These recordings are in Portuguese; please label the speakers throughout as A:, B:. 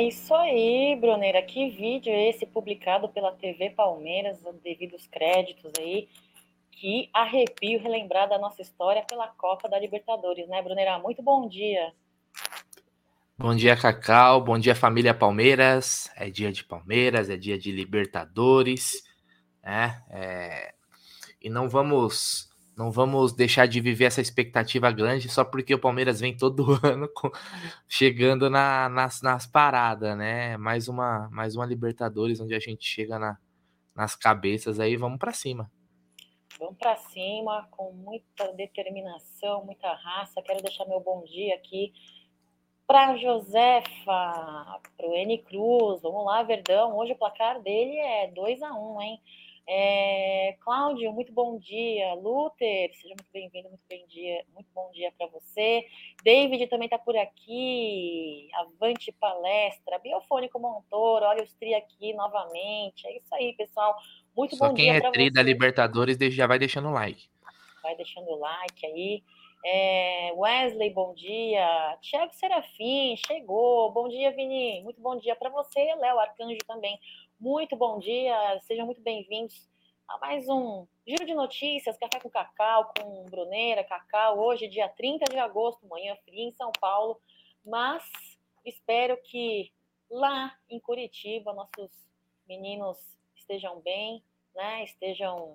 A: isso aí, Bruneira. Que vídeo é esse publicado pela TV Palmeiras, devidos créditos aí. Que arrepio relembrar da nossa história pela Copa da Libertadores, né, Bruneira? Muito bom dia.
B: Bom dia, Cacau. Bom dia, família Palmeiras. É dia de Palmeiras, é dia de Libertadores, né? E não vamos deixar de viver essa expectativa grande só porque o Palmeiras vem todo ano chegando nas paradas, né? Mais uma Libertadores onde a gente chega nas cabeças aí, vamos pra cima.
A: Vamos para cima, com muita determinação, muita raça. Quero deixar meu bom dia aqui para Josefa, para o N Cruz. Vamos lá, Verdão. Hoje o placar dele é 2-1, hein? Cláudio, muito bom dia. Luther, seja muito bem-vindo, muito bom dia para você. David também está por aqui. Avante palestra. Biofônico Montoro, olha os tri aqui novamente. É isso aí, pessoal. Muito
B: Só
A: bom
B: quem
A: dia
B: é
A: para
B: tri da
A: você.
B: Libertadores já vai deixando o like.
A: Vai deixando o like aí. Wesley, bom dia. Tiago Serafim, chegou. Bom dia, Vini. Muito bom dia para você. Léo Arcanjo também. Muito bom dia. Sejam muito bem-vindos a mais um Giro de Notícias, Café com Cacau, com Bruneira, Cacau. Hoje, dia 30 de agosto, manhã fria em São Paulo. Mas espero que lá em Curitiba nossos meninos estejam bem, né? Estejam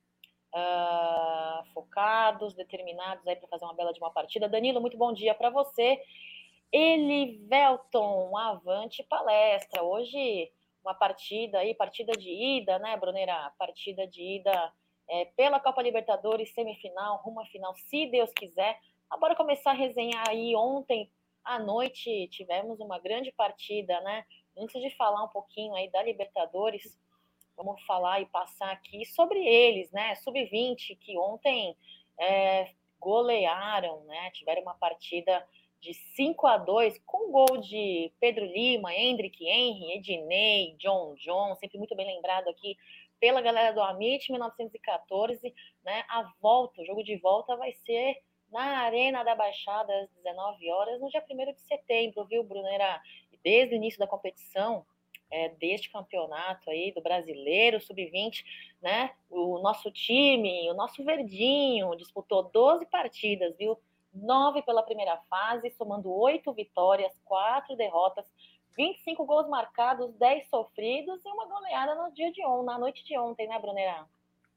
A: focados, determinados aí para fazer uma bela de uma partida. Danilo, muito bom dia para você. Elivelton, avante palestra. Hoje uma partida aí, partida de ida, né, Bruneira? Partida de ida pela Copa Libertadores, semifinal, rumo à final, se Deus quiser. Bora começar a resenhar aí. Ontem à noite tivemos uma grande partida, né? Antes de falar um pouquinho aí da Libertadores, vamos falar e passar aqui sobre eles, né? Sub-20, que ontem golearam, né? Tiveram uma partida de 5-2 com gol de Pedro Lima, Hendrick, Henry, Ednei, John, sempre muito bem lembrado aqui pela galera do Amit 1914, né? O jogo de volta vai ser na Arena da Baixada às 19 horas, no dia 1º de setembro, viu, Brunera? Desde o início da competição, deste campeonato aí do Brasileiro Sub-20, né? O nosso time, o nosso verdinho, disputou 12 partidas, viu? 9 pela primeira fase, somando 8 vitórias, 4 derrotas, 25 gols marcados, 10 sofridos e uma goleada na noite de ontem, né, Brunerá?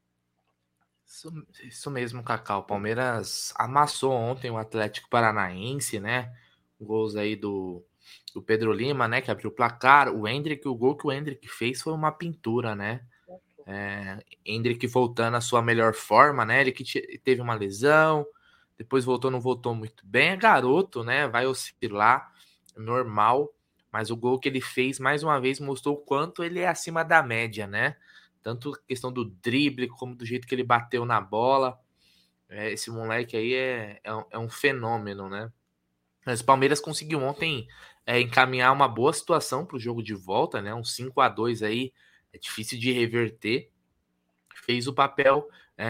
B: Isso mesmo, Cacau. O Palmeiras amassou ontem o Atlético Paranaense, né? Gols aí do Pedro Lima, né? Que abriu o placar. O gol que o Hendrick fez foi uma pintura, né? Hendrick voltando à sua melhor forma, né? Ele que teve uma lesão, depois voltou, não voltou muito bem. É garoto, né? Vai oscilar, normal. Mas o gol que ele fez, mais uma vez, mostrou o quanto ele é acima da média, né? Tanto questão do drible, como do jeito que ele bateu na bola. Esse moleque aí é um fenômeno, né? Mas o Palmeiras conseguiu ontem encaminhar uma boa situação para o jogo de volta, né? Um 5-2 aí, é difícil de reverter. Fez o papel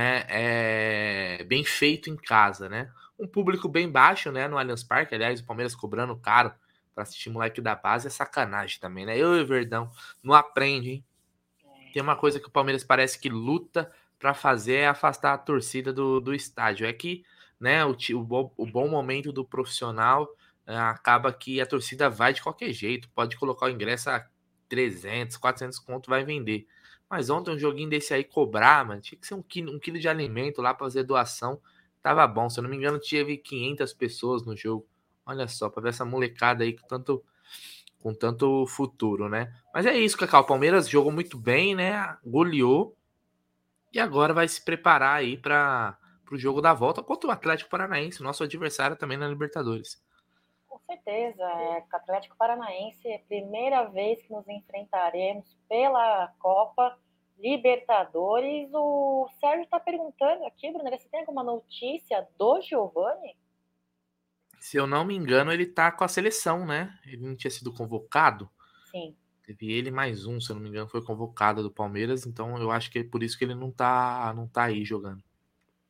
B: bem feito em casa, né? Um público bem baixo, né? No Allianz Parque, aliás, o Palmeiras cobrando caro para assistir moleque da base é sacanagem também, né? Eu e o Verdão não aprende, hein? Tem uma coisa que o Palmeiras parece que luta para fazer é afastar a torcida do estádio. É que, né, o bom momento do profissional acaba que a torcida vai de qualquer jeito. Pode colocar o ingresso a 300, 400 conto, vai vender. Mas ontem um joguinho desse aí cobrar, mano, tinha que ser um quilo de alimento lá para fazer doação. Tava bom, se eu não me engano, teve 500 pessoas no jogo. Olha só, para ver essa molecada aí com tanto futuro, né? Mas é isso, Cacau. O Palmeiras jogou muito bem, né? Goleou e agora vai se preparar aí para o jogo da volta contra o Atlético Paranaense, nosso adversário também na Libertadores.
A: Com certeza, com o Atlético Paranaense é a primeira vez que nos enfrentaremos pela Copa Libertadores. O Sérgio está perguntando aqui, Bruno, você tem alguma notícia do Giovani?
B: Se eu não me engano, ele tá com a seleção, né? Ele não tinha sido convocado.
A: Sim,
B: Teve ele mais um, se eu não me engano, foi convocado do Palmeiras, então eu acho que é por isso que ele não tá aí jogando.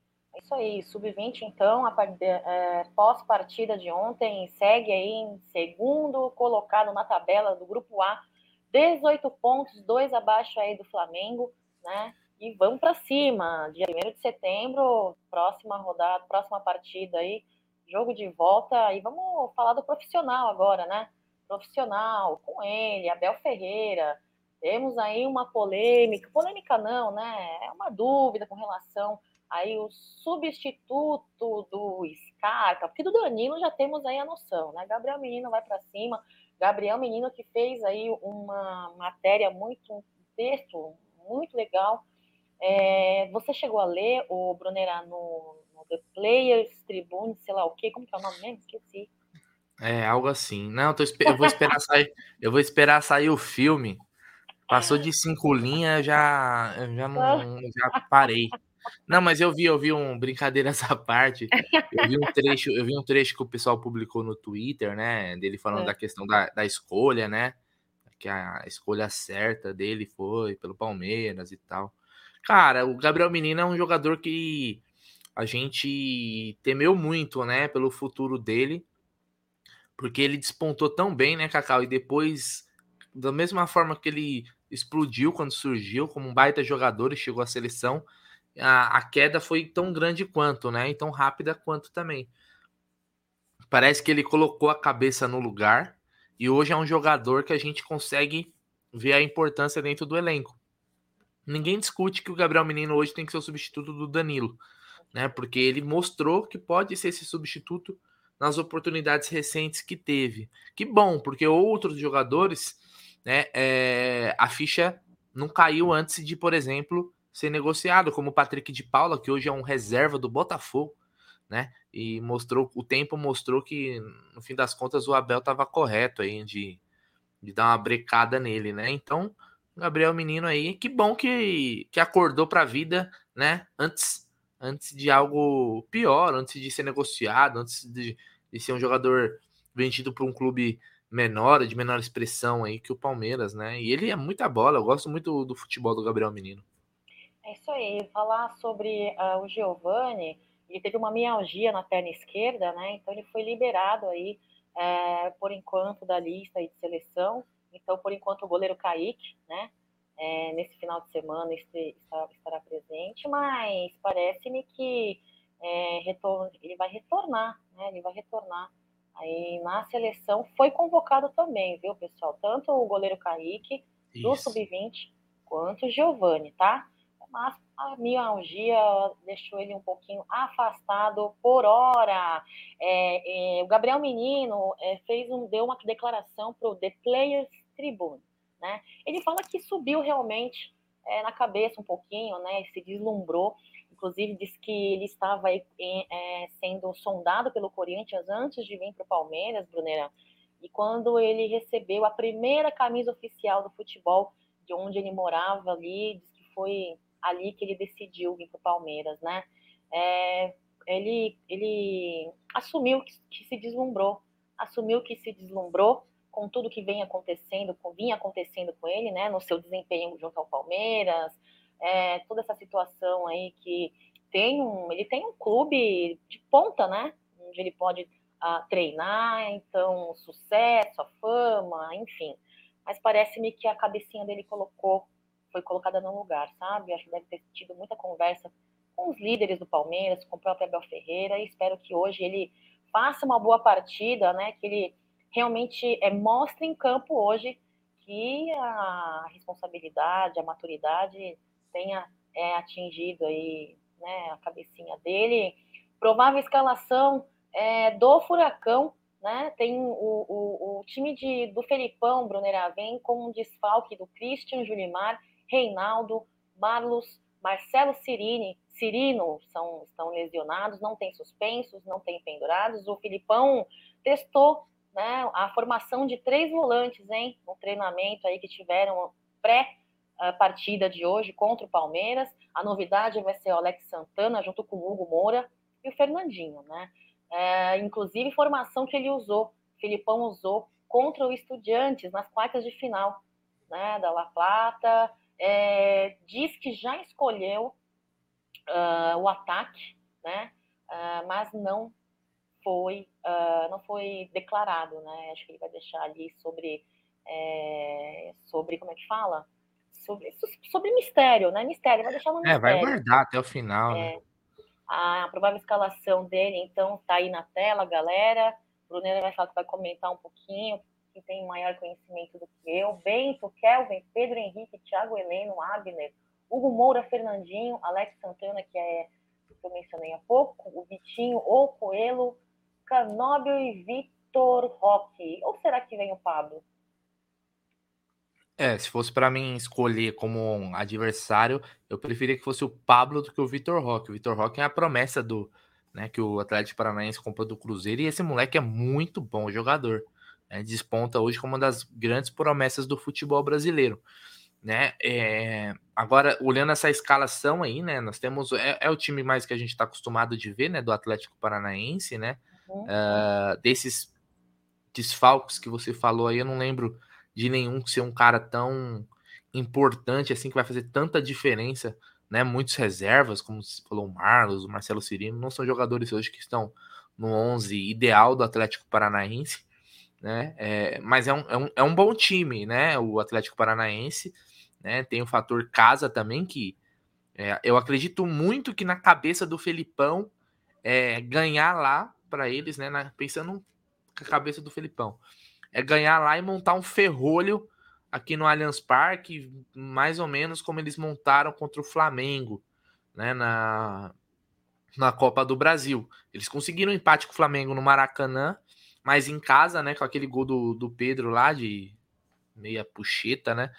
A: isso aí, sub-20, então, pós-partida de ontem, segue aí em segundo colocado na tabela do Grupo A, 18 pontos, 2 abaixo aí do Flamengo, né? E vamos para cima, dia 1º de setembro, próxima rodada, próxima partida aí, jogo de volta, e vamos falar do profissional agora, né? Profissional, com ele, Abel Ferreira, temos aí uma polêmica não, né? É uma dúvida com relação aí o substituto do Scarpa, porque do Danilo já temos aí a noção, né? Gabriel Menino vai para cima, Gabriel Menino que fez aí uma matéria um texto muito legal. Você chegou a ler o Brunera no The Players Tribune, sei lá o quê, como que é o nome mesmo? Esqueci.
B: É, algo assim. Não, eu vou esperar sair o filme. Passou de 5 linhas, eu já não, já parei. Não, mas eu vi um brincadeira essa parte. Eu vi um trecho que o pessoal publicou no Twitter, né, dele falando da questão da escolha, né, que a escolha certa dele foi pelo Palmeiras e tal. Cara, o Gabriel Menino é um jogador que a gente temeu muito, né, pelo futuro dele, porque ele despontou tão bem, né, Cacau? E depois, da mesma forma que ele explodiu quando surgiu, como um baita jogador e chegou à seleção, a queda foi tão grande quanto, né? E tão rápida quanto também. Parece que ele colocou a cabeça no lugar e hoje é um jogador que a gente consegue ver a importância dentro do elenco. Ninguém discute que o Gabriel Menino hoje tem que ser o substituto do Danilo, né? Porque ele mostrou que pode ser esse substituto nas oportunidades recentes que teve. Que bom, porque outros jogadores, né, a ficha não caiu antes de, por exemplo, ser negociado, como o Patrick de Paula, que hoje é um reserva do Botafogo, né? E o tempo mostrou que, no fim das contas, o Abel estava correto aí de dar uma brecada nele, né? Então, Gabriel Menino aí, que bom que acordou para a vida, né? Antes de algo pior, antes de ser negociado, antes de ser um jogador vendido para um clube menor, de menor expressão aí que o Palmeiras, né? E ele é muita bola, eu gosto muito do futebol do Gabriel Menino.
A: É isso aí, falar sobre o Giovani, ele teve uma mialgia na perna esquerda, né? Então ele foi liberado aí, por enquanto, da lista aí de seleção. Então, por enquanto, o goleiro Kaique, né? Nesse final de semana estará presente, mas parece-me que ele vai retornar, né? Ele vai retornar aí na seleção. Foi convocado também, viu, pessoal? Tanto o goleiro Kaique, do
B: Isso.
A: Sub-20, quanto o Giovani, tá? Mas a mialgia deixou ele um pouquinho afastado por hora. O Gabriel Menino deu uma declaração para o The Players Tribune, né? Ele fala que subiu realmente na cabeça um pouquinho, né? Se deslumbrou. Inclusive, disse que ele estava sendo sondado pelo Corinthians antes de vir para o Palmeiras, Brunera. E quando ele recebeu a primeira camisa oficial do futebol, de onde ele morava ali, disse que foi ali que ele decidiu vir para o Palmeiras, né? Ele assumiu que se deslumbrou com tudo que vinha acontecendo com ele, né? No seu desempenho junto ao Palmeiras, toda essa situação aí que ele tem um clube de ponta, né? Onde ele pode treinar, então sucesso, a fama, enfim. Mas parece-me que a cabecinha dele foi colocada no lugar, sabe? Acho que deve ter tido muita conversa com os líderes do Palmeiras, com o próprio Abel Ferreira, e espero que hoje ele faça uma boa partida, né? Que ele realmente mostre em campo hoje que a responsabilidade, a maturidade tenha atingido aí, né, a cabecinha dele. Provável escalação do Furacão, né? Tem o time do Felipão, Brunera, vem com um desfalque do Christian Julimar, Reinaldo, Marlos, Marcelo Cirino estão lesionados, não tem suspensos, não tem pendurados. O Filipão testou, né, a formação de 3 volantes, hein, no treinamento aí que tiveram pré-partida de hoje contra o Palmeiras. A novidade vai ser o Alex Santana junto com o Hugo Moura e o Fernandinho, né? Inclusive formação que ele usou, Filipão usou contra o Estudiantes nas quartas de final, né, da La Plata. Diz que já escolheu o ataque, né? Mas não foi declarado, né? Acho que ele vai deixar ali sobre como é que fala? Sobre mistério, né? Mistério, vai deixar no
B: Vai
A: mistério.
B: guardar até o final, né?
A: A provável escalação dele, então, tá aí na tela, galera. O Brunner vai falar que vai comentar um pouquinho, que tem maior conhecimento do que eu. Bento, Kelvin, Pedro Henrique, Thiago Heleno, Abner, Hugo Moura, Fernandinho, Alex Santana, que eu mencionei há pouco, o Vitinho, o Coelho, Canóbio e Vitor Roque. Ou será que vem o Pablo?
B: Se fosse para mim escolher como um adversário, eu preferia que fosse o Pablo do que o Vitor Roque. O Vitor Roque é a promessa né, que o Atlético Paranaense comprou do Cruzeiro e esse moleque é muito bom jogador. Né, desponta hoje como uma das grandes promessas do futebol brasileiro. Né? Agora, olhando essa escalação aí, né, nós temos o time mais que a gente está acostumado de ver, né, do Atlético Paranaense, né? Desses desfalques que você falou aí, eu não lembro de nenhum ser um cara tão importante assim que vai fazer tanta diferença, né? Muitos reservas, como você falou, o Marlos, o Marcelo Cirino, não são jogadores hoje que estão no 11 ideal do Atlético Paranaense, né? Mas é um bom time, né? O Atlético Paranaense, né? Tem o fator casa também que eu acredito muito que na cabeça do Felipão ganhar lá para eles, né? Pensando com a cabeça do Felipão ganhar lá e montar um ferrolho aqui no Allianz Parque, mais ou menos como eles montaram contra o Flamengo, né, na Copa do Brasil. Eles conseguiram um empate com o Flamengo no Maracanã, mas em casa, né, com aquele gol do Pedro lá de meia puxeta, né,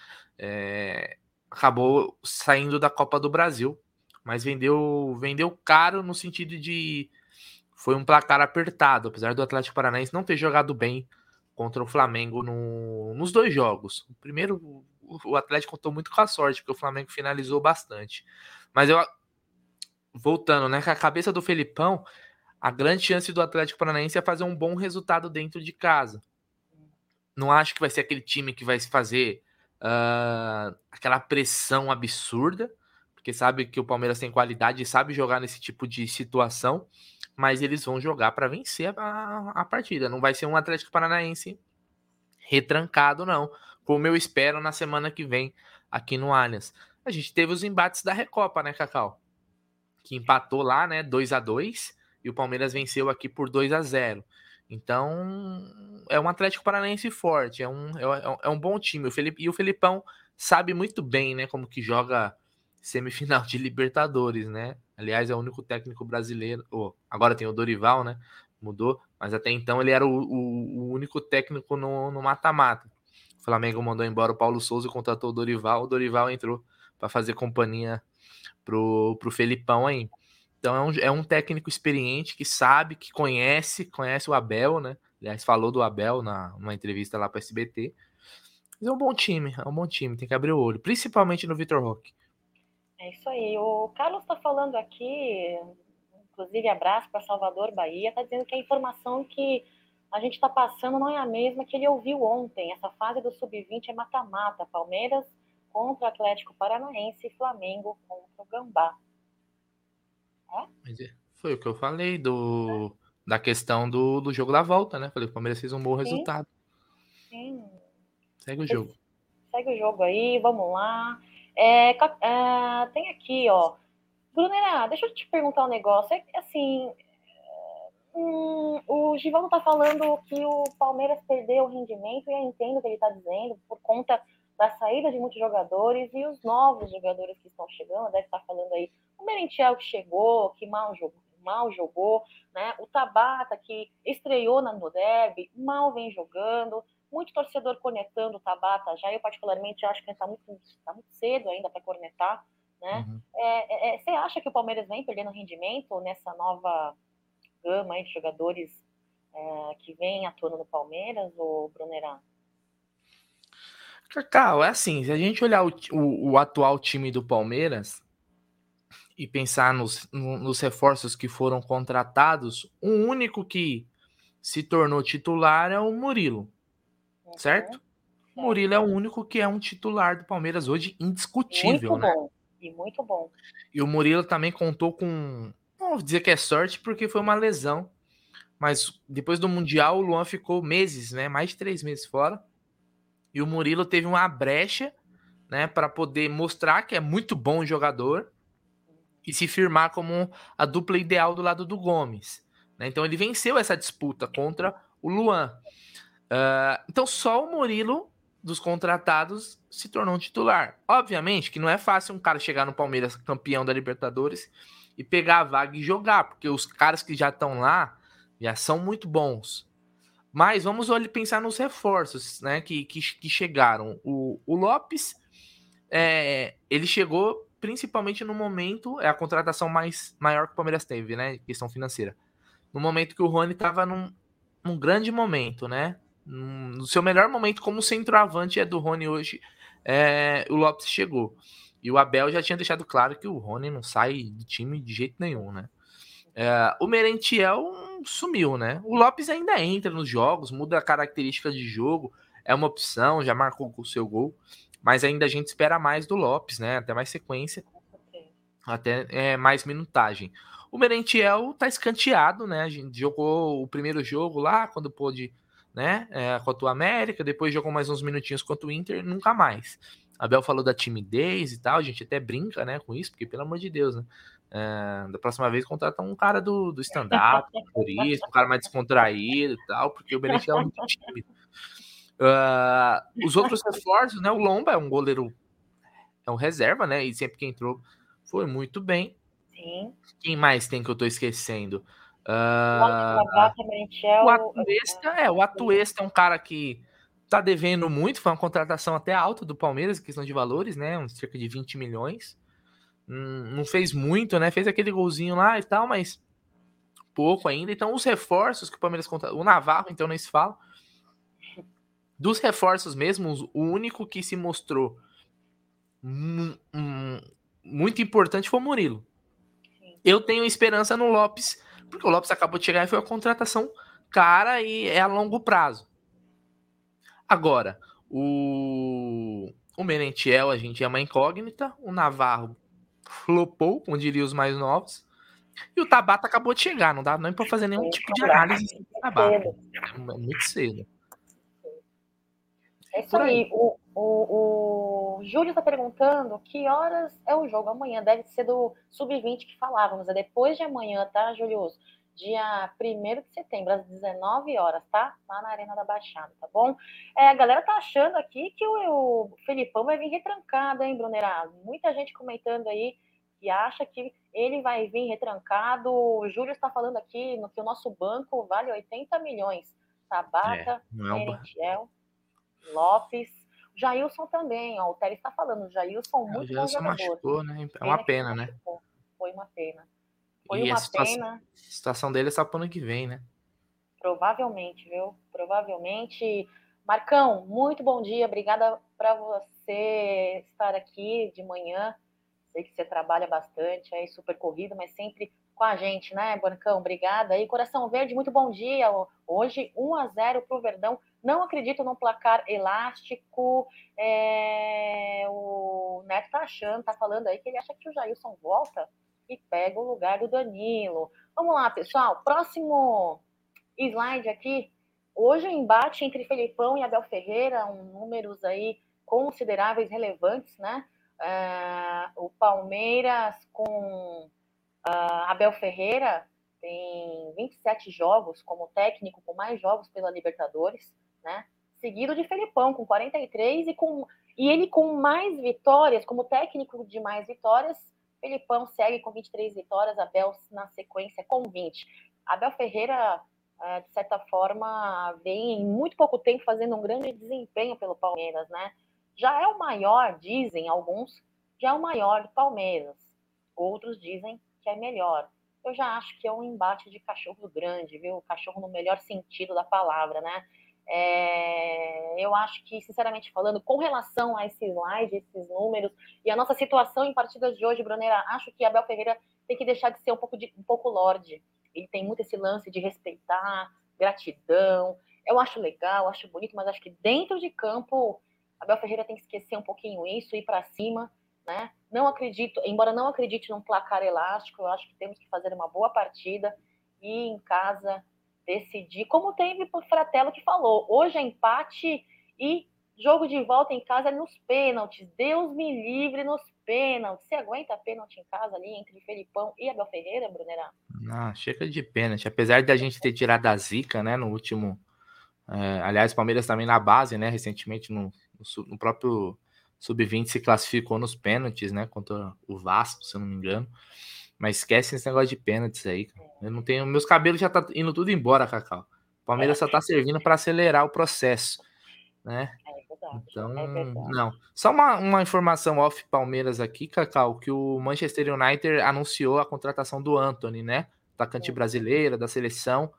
B: acabou saindo da Copa do Brasil. Mas vendeu caro no sentido de foi um placar apertado, apesar do Atlético Paranaense não ter jogado bem contra o Flamengo nos dois jogos. O primeiro, o Atlético contou muito com a sorte, porque o Flamengo finalizou bastante. Mas voltando, né, com a cabeça do Felipão, a grande chance do Atlético Paranaense é fazer um bom resultado dentro de casa. Não acho que vai ser aquele time que vai fazer aquela pressão absurda, porque sabe que o Palmeiras tem qualidade e sabe jogar nesse tipo de situação, mas eles vão jogar para vencer a partida. Não vai ser um Atlético Paranaense retrancado, não, como eu espero na semana que vem aqui no Allianz. A gente teve os embates da Recopa, né, Cacau? Que empatou lá, né, 2-2 e o Palmeiras venceu aqui por 2-0. Então, é um Atlético Paranaense forte, é um bom time. O Felipão sabe muito bem, né, como que joga semifinal de Libertadores, né? Aliás, é o único técnico brasileiro. Agora tem o Dorival, né? Mudou, mas até então ele era o único técnico no mata-mata. O Flamengo mandou embora o Paulo Souza e contratou o Dorival entrou para fazer companhia pro Felipão aí. Então é um técnico experiente que sabe, que conhece o Abel, né? Aliás, falou do Abel numa entrevista lá para SBT. Mas é um bom time, tem que abrir o olho, principalmente no Vitor Roque.
A: É isso aí. O Carlos está falando aqui, inclusive abraço para Salvador, Bahia, está dizendo que a informação que a gente está passando não é a mesma que ele ouviu ontem. Essa fase do Sub-20 é mata-mata. Palmeiras contra Atlético Paranaense e Flamengo contra o Gambá.
B: Foi o que eu falei da questão do jogo da volta, né? Falei, o Palmeiras fez um bom
A: Sim,
B: resultado.
A: sim.
B: Segue o jogo.
A: Segue o jogo aí, vamos lá. Tem aqui, ó. Brunera, deixa eu te perguntar um negócio. Assim, o Givaldo está falando que o Palmeiras perdeu o rendimento, e eu entendo o que ele está dizendo, por conta da saída de muitos jogadores e os novos jogadores que estão chegando. Deve estar falando aí o Merentiel que chegou, que mal jogou, né? O Tabata que estreou no derby, mal vem jogando. Muito torcedor cornetando o Tabata já. Eu, particularmente, acho que ele está muito cedo ainda para cornetar, né?
B: Uhum.
A: Você acha que o Palmeiras vem perdendo rendimento nessa nova gama aí de jogadores que vem atuando no Palmeiras, ou Brunerá?
B: Cacau, é assim, se a gente olhar o atual time do Palmeiras e pensar nos reforços que foram contratados, o único que se tornou titular é o Murilo, certo?
A: Uhum,
B: O
A: certo.
B: Murilo é o único que é um titular do Palmeiras hoje
A: Muito
B: indiscutível, né?
A: bom. E muito bom.
B: E o Murilo também contou com não vou dizer que é sorte, porque foi uma lesão. Mas depois do Mundial, o Luan ficou meses, né? Mais de 3 meses fora. E o Murilo teve uma brecha, né? Para poder mostrar que é muito bom jogador e se firmar como a dupla ideal do lado do Gomes. Né? Então ele venceu essa disputa contra o Luan. Então só o Murilo dos contratados se tornou um titular. Obviamente que não é fácil um cara chegar no Palmeiras campeão da Libertadores e pegar a vaga e jogar, porque os caras que já estão lá já são muito bons. Mas vamos pensar nos reforços, né, que chegaram. O Lopes, ele chegou principalmente no momento, é a contratação maior que o Palmeiras teve, né, questão financeira. No momento que o Rony estava num grande momento, né, no seu melhor momento como centroavante do Rony hoje, o Lopes chegou. E o Abel já tinha deixado claro que o Rony não sai do time de jeito nenhum, né. O Merentiel sumiu, né? O Lopes ainda entra nos jogos, muda a característica de jogo, é uma opção, já marcou o seu gol, mas ainda a gente espera mais do Lopes, né? Até mais sequência, até mais minutagem. O Merentiel tá escanteado, né? A gente jogou o primeiro jogo lá, quando pôde, né? Contra o América, depois jogou mais uns minutinhos contra o Inter, nunca mais. Abel falou da timidez e tal, a gente até brinca, né, com isso, porque pelo amor de Deus, né? Da próxima vez contrata um cara do stand-up, turista, um cara mais descontraído e tal, porque o Merentiel é muito tímido. Os outros reforços, né? O Lomba é um goleiro, é um reserva, né? E sempre que entrou foi muito bem.
A: Sim.
B: Quem mais tem que eu tô esquecendo? O Atuesta é um cara que tá devendo muito, foi uma contratação até alta do Palmeiras, questão de valores, né? Cerca de 20 milhões. Não fez muito, né? Fez aquele golzinho lá e tal, mas pouco ainda. Então, os reforços que o Palmeiras contratou, o Navarro, então nem se fala. Dos reforços mesmo, o único que se mostrou muito importante foi o Murilo. Eu tenho esperança no Lopes, porque o Lopes acabou de chegar e foi uma contratação cara e é a longo prazo. Agora, o Merentiel, a gente é uma incógnita. O Navarro flopou, como diriam os mais novos. E o Tabata acabou de chegar, não dá nem para fazer nenhum tipo de análise sobre o Tabata. É muito cedo.
A: É isso aí. O Júlio está perguntando que horas é o jogo amanhã. Deve ser do Sub-20 que falávamos. É depois de amanhã, tá, Júlio? Dia 1º de setembro, às 19 horas, tá? Lá na Arena da Baixada, tá bom? A galera tá achando aqui que o Felipão vai vir retrancado, hein, Brunerá? Muita gente comentando aí que acha que ele vai vir retrancado. O Júlio está falando aqui que o nosso banco vale 80 milhões. Tabata, Merentiel, Lopes, Jailson também, ó, o Teres está falando, o Jailson muito bom jogador.
B: Machucou, né? É uma pena, né?
A: Foi uma pena.
B: A situação dele é só para o ano que vem, né?
A: Provavelmente, viu? Provavelmente. Marcão, muito bom dia. Obrigada para você estar aqui de manhã. Sei que você trabalha bastante, aí super corrido, mas sempre com a gente, né, Marcão? Obrigada. E Coração Verde, muito bom dia. Hoje, 1-0 para o Verdão. Não acredito num placar elástico. O Neto tá falando aí que ele acha que o Jailson volta e pega o lugar do Danilo. Vamos lá, pessoal. Próximo slide aqui. Hoje o embate entre Felipão e Abel Ferreira, números aí consideráveis, relevantes, né? O Palmeiras com Abel Ferreira tem 27 jogos como técnico, com mais jogos pela Libertadores, né? Seguido de Felipão com 43 e ele com mais vitórias, como técnico de mais vitórias. Felipão segue com 23 vitórias, Abel na sequência com 20. Abel Ferreira, de certa forma, vem em muito pouco tempo fazendo um grande desempenho pelo Palmeiras, né? Já é o maior, dizem alguns, já é o maior do Palmeiras. Outros dizem que é melhor. Eu já acho que é um embate de cachorro grande, viu? Cachorro no melhor sentido da palavra, né? Eu acho que, sinceramente falando, com relação a esse slide, esses números e a nossa situação em partidas de hoje, Bruneira, acho que Abel Ferreira tem que deixar de ser um pouco lorde. Ele tem muito esse lance de respeitar, gratidão. Eu acho legal, acho bonito, mas acho que dentro de campo, Abel Ferreira tem que esquecer um pouquinho isso, ir para cima, né? Não acredito, embora não acredite num placar elástico, eu acho que temos que fazer uma boa partida e em casa decidir, como teve o Fratello que falou, hoje é empate e jogo de volta em casa é nos pênaltis. Deus me livre nos pênaltis. Você aguenta pênalti em casa ali entre Felipão e Abel Ferreira, Brunera?
B: Não, chega de pênalti. Apesar de a gente ter tirado a zica, né, no último... aliás, o Palmeiras também na base, né, recentemente no próprio Sub-20 se classificou nos pênaltis, né, contra o Vasco, se eu não me engano. Mas esquece esse negócio de pênaltis aí. Eu não tenho... Meus cabelos já tá indo tudo embora, Cacau. O Palmeiras só tá servindo para acelerar o processo, né?
A: É verdade,
B: Então,
A: é verdade.
B: não. Só uma informação off Palmeiras aqui, Cacau, que o Manchester United anunciou a contratação do Antony, né? Atacante brasileiro da seleção,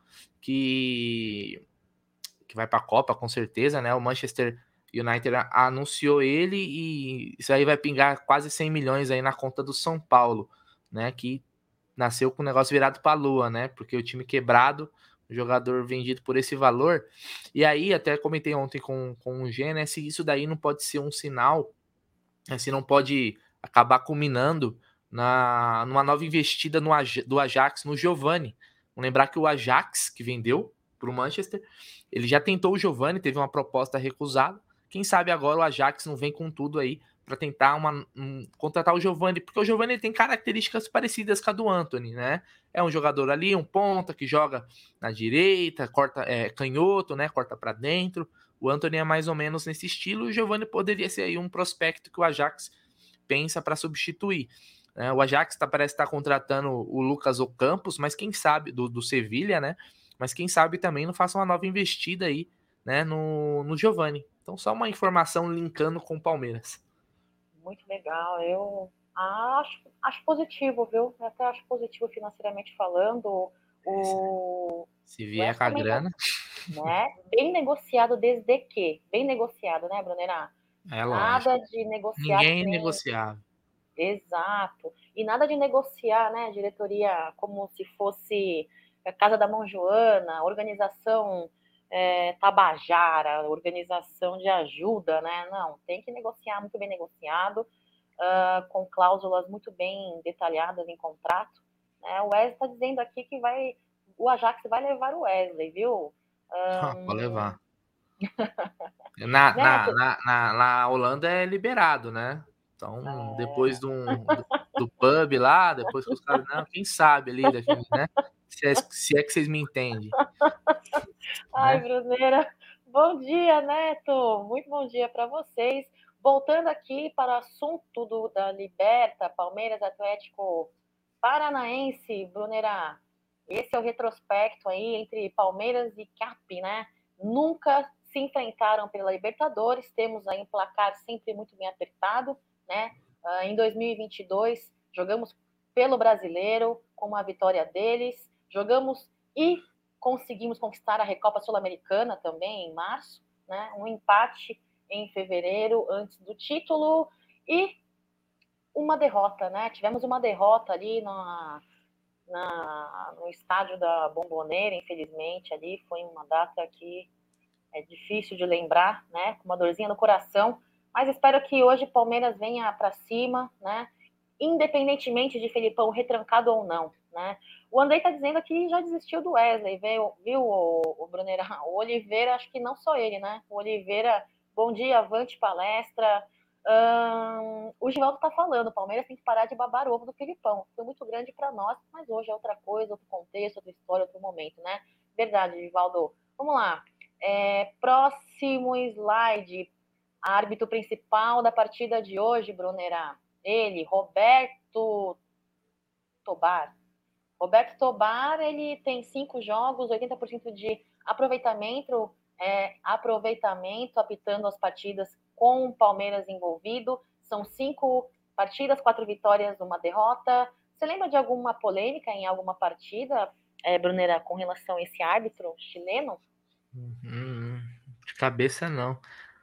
B: que vai para a Copa, com certeza, né? O Manchester United anunciou ele e isso aí vai pingar quase 100 milhões aí na conta do São Paulo, né? Que nasceu com o negócio virado para a lua, né? Porque o time quebrado, o jogador vendido por esse valor. E aí, até comentei ontem com o Gê, né? Se isso daí não pode ser um sinal, né, se não pode acabar culminando numa nova investida do Ajax no Giovani. Vamos lembrar que o Ajax, que vendeu para o Manchester, ele já tentou o Giovani, teve uma proposta recusada. Quem sabe agora o Ajax não vem com tudo aí para tentar contratar o Giovani, porque o Giovani tem características parecidas com a do Antony, né? É um jogador ali, um ponta que joga na direita, corta canhoto, né? Corta para dentro. O Antony é mais ou menos nesse estilo, e o Giovani poderia ser aí um prospecto que o Ajax pensa para substituir. O Ajax parece estar contratando o Lucas Ocampos, mas quem sabe, do Sevilha, né? Mas quem sabe também não faça uma nova investida aí, né, no Giovani. Então, só uma informação linkando com o Palmeiras.
A: Muito legal. Eu acho positivo, viu? Eu até acho positivo financeiramente falando.
B: Se vier com a grana.
A: Né? Bem negociado desde que? Bem negociado, né, Brunera?
B: É
A: nada
B: lógico.
A: de negociar.
B: Ninguém negociável.
A: Exato. E nada de negociar, né, diretoria, como se fosse a Casa da Mão Joana, organização Tabajara, organização de ajuda, né? Não, tem que negociar muito bem negociado, com cláusulas muito bem detalhadas em contrato. Né? O Wesley está dizendo aqui que o Ajax vai levar o Wesley, viu?
B: Pode levar.
A: Neto,
B: Na Holanda é liberado, né? Então, depois do pub lá, depois que os caras. Não, quem sabe ali, daquele, né? Se é que vocês me entendem.
A: Ai,
B: Né?
A: Bruneira. Bom dia, Neto. Muito bom dia para vocês. Voltando aqui para o assunto da Liberta, Palmeiras Atlético Paranaense, Bruneira. Esse é o retrospecto aí entre Palmeiras e Cap, né? Nunca se enfrentaram pela Libertadores. Temos aí um placar sempre muito bem apertado, né? Em 2022, jogamos pelo Brasileiro, com uma vitória deles. Jogamos e conseguimos conquistar a Recopa Sul-Americana também em março, né? Um empate em fevereiro antes do título e uma derrota, né? Tivemos uma derrota ali no estádio da Bombonera, infelizmente, ali foi uma data que é difícil de lembrar, né? Com uma dorzinha no coração, mas espero que hoje o Palmeiras venha para cima, né? Independentemente de Felipão retrancado ou não, né? O Andrei está dizendo que já desistiu do Wesley, viu o Bruneira? O Oliveira, acho que não só ele, né? O Oliveira, bom dia, avante palestra. O Givaldo está falando, o Palmeiras tem que parar de babar o ovo do Felipão. Foi muito grande para nós, mas hoje é outra coisa, outro contexto, outra história, outro momento, né? Verdade, Givaldo. Vamos lá. Próximo slide. Árbitro principal da partida de hoje, Brunerá. Ele, Roberto Tobar. Roberto Tobar, ele tem 5 jogos, 80% de aproveitamento, apitando as partidas com o Palmeiras envolvido. São 5 partidas, 4 vitórias, 1 derrota. Você lembra de alguma polêmica em alguma partida, Brunera, com relação a esse árbitro chileno?
B: De cabeça, não.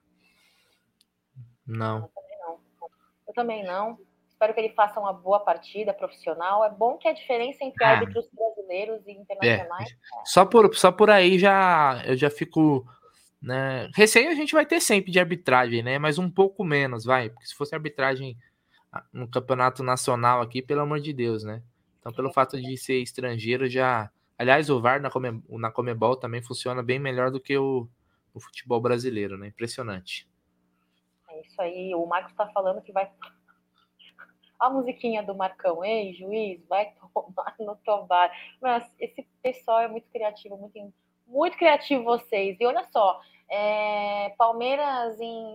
B: Não.
A: Eu também não. Espero que ele faça uma boa partida profissional. É bom que a diferença entre árbitros brasileiros e internacionais.
B: Só por aí eu já fico. Né? Receio a gente vai ter sempre de arbitragem, né? Mas um pouco menos, vai. Porque se fosse arbitragem no campeonato nacional aqui, pelo amor de Deus, né? Então, pelo fato de ser estrangeiro, já. Aliás, o VAR na Comebol também funciona bem melhor do que o futebol brasileiro, né? Impressionante.
A: É isso aí. O Marcos está falando que vai. A musiquinha do Marcão, ei, juiz, vai tomar no tombar. Mas esse pessoal é muito criativo, muito criativo vocês. E olha só, Palmeiras em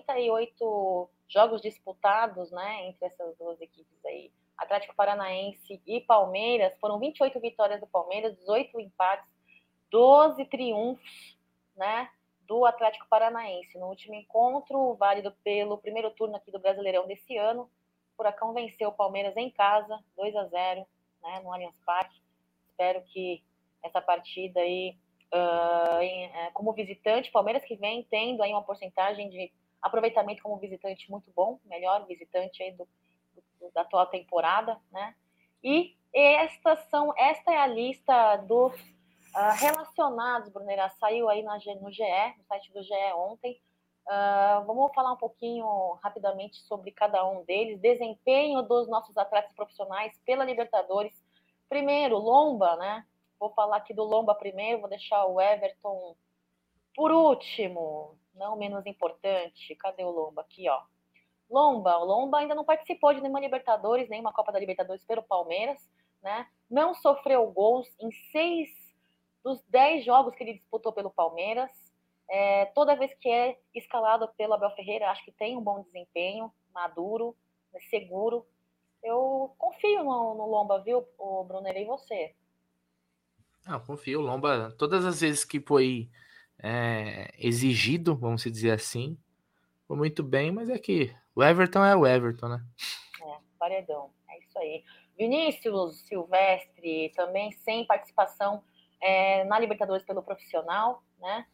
A: 58 jogos disputados, né, entre essas duas equipes aí, Atlético Paranaense e Palmeiras, foram 28 vitórias do Palmeiras, 18 empates, 12 triunfos, né, do Atlético Paranaense. No último encontro, válido pelo primeiro turno aqui do Brasileirão desse ano, o Furacão venceu o Palmeiras em casa, 2-0, né, no Allianz Parque. Espero que essa partida aí, como visitante, Palmeiras que vem tendo aí uma porcentagem de aproveitamento como visitante muito bom, melhor visitante aí da atual temporada, né? E esta é a lista dos relacionados, Brunera, saiu aí no GE, no site do GE ontem. Vamos falar um pouquinho rapidamente sobre cada um deles, desempenho dos nossos atletas profissionais pela Libertadores. Primeiro, Lomba, né? Vou falar aqui do Lomba primeiro, vou deixar o Everton por último, não menos importante. Cadê o Lomba? Aqui, ó. O Lomba ainda não participou de nenhuma Libertadores, nenhuma Copa da Libertadores pelo Palmeiras, né? Não sofreu gols em 6 dos 10 jogos que ele disputou pelo Palmeiras. Toda vez que é escalado pelo Abel Ferreira, acho que tem um bom desempenho, maduro, seguro. Eu confio no Lomba, viu, o Brunner, e você?
B: Ah, confio, o Lomba, todas as vezes que foi exigido, vamos dizer assim, foi muito bem, mas é que o Everton é o Everton, né?
A: Paredão, é isso aí. Vinícius Silvestre, também sem participação na Libertadores pelo profissional, né?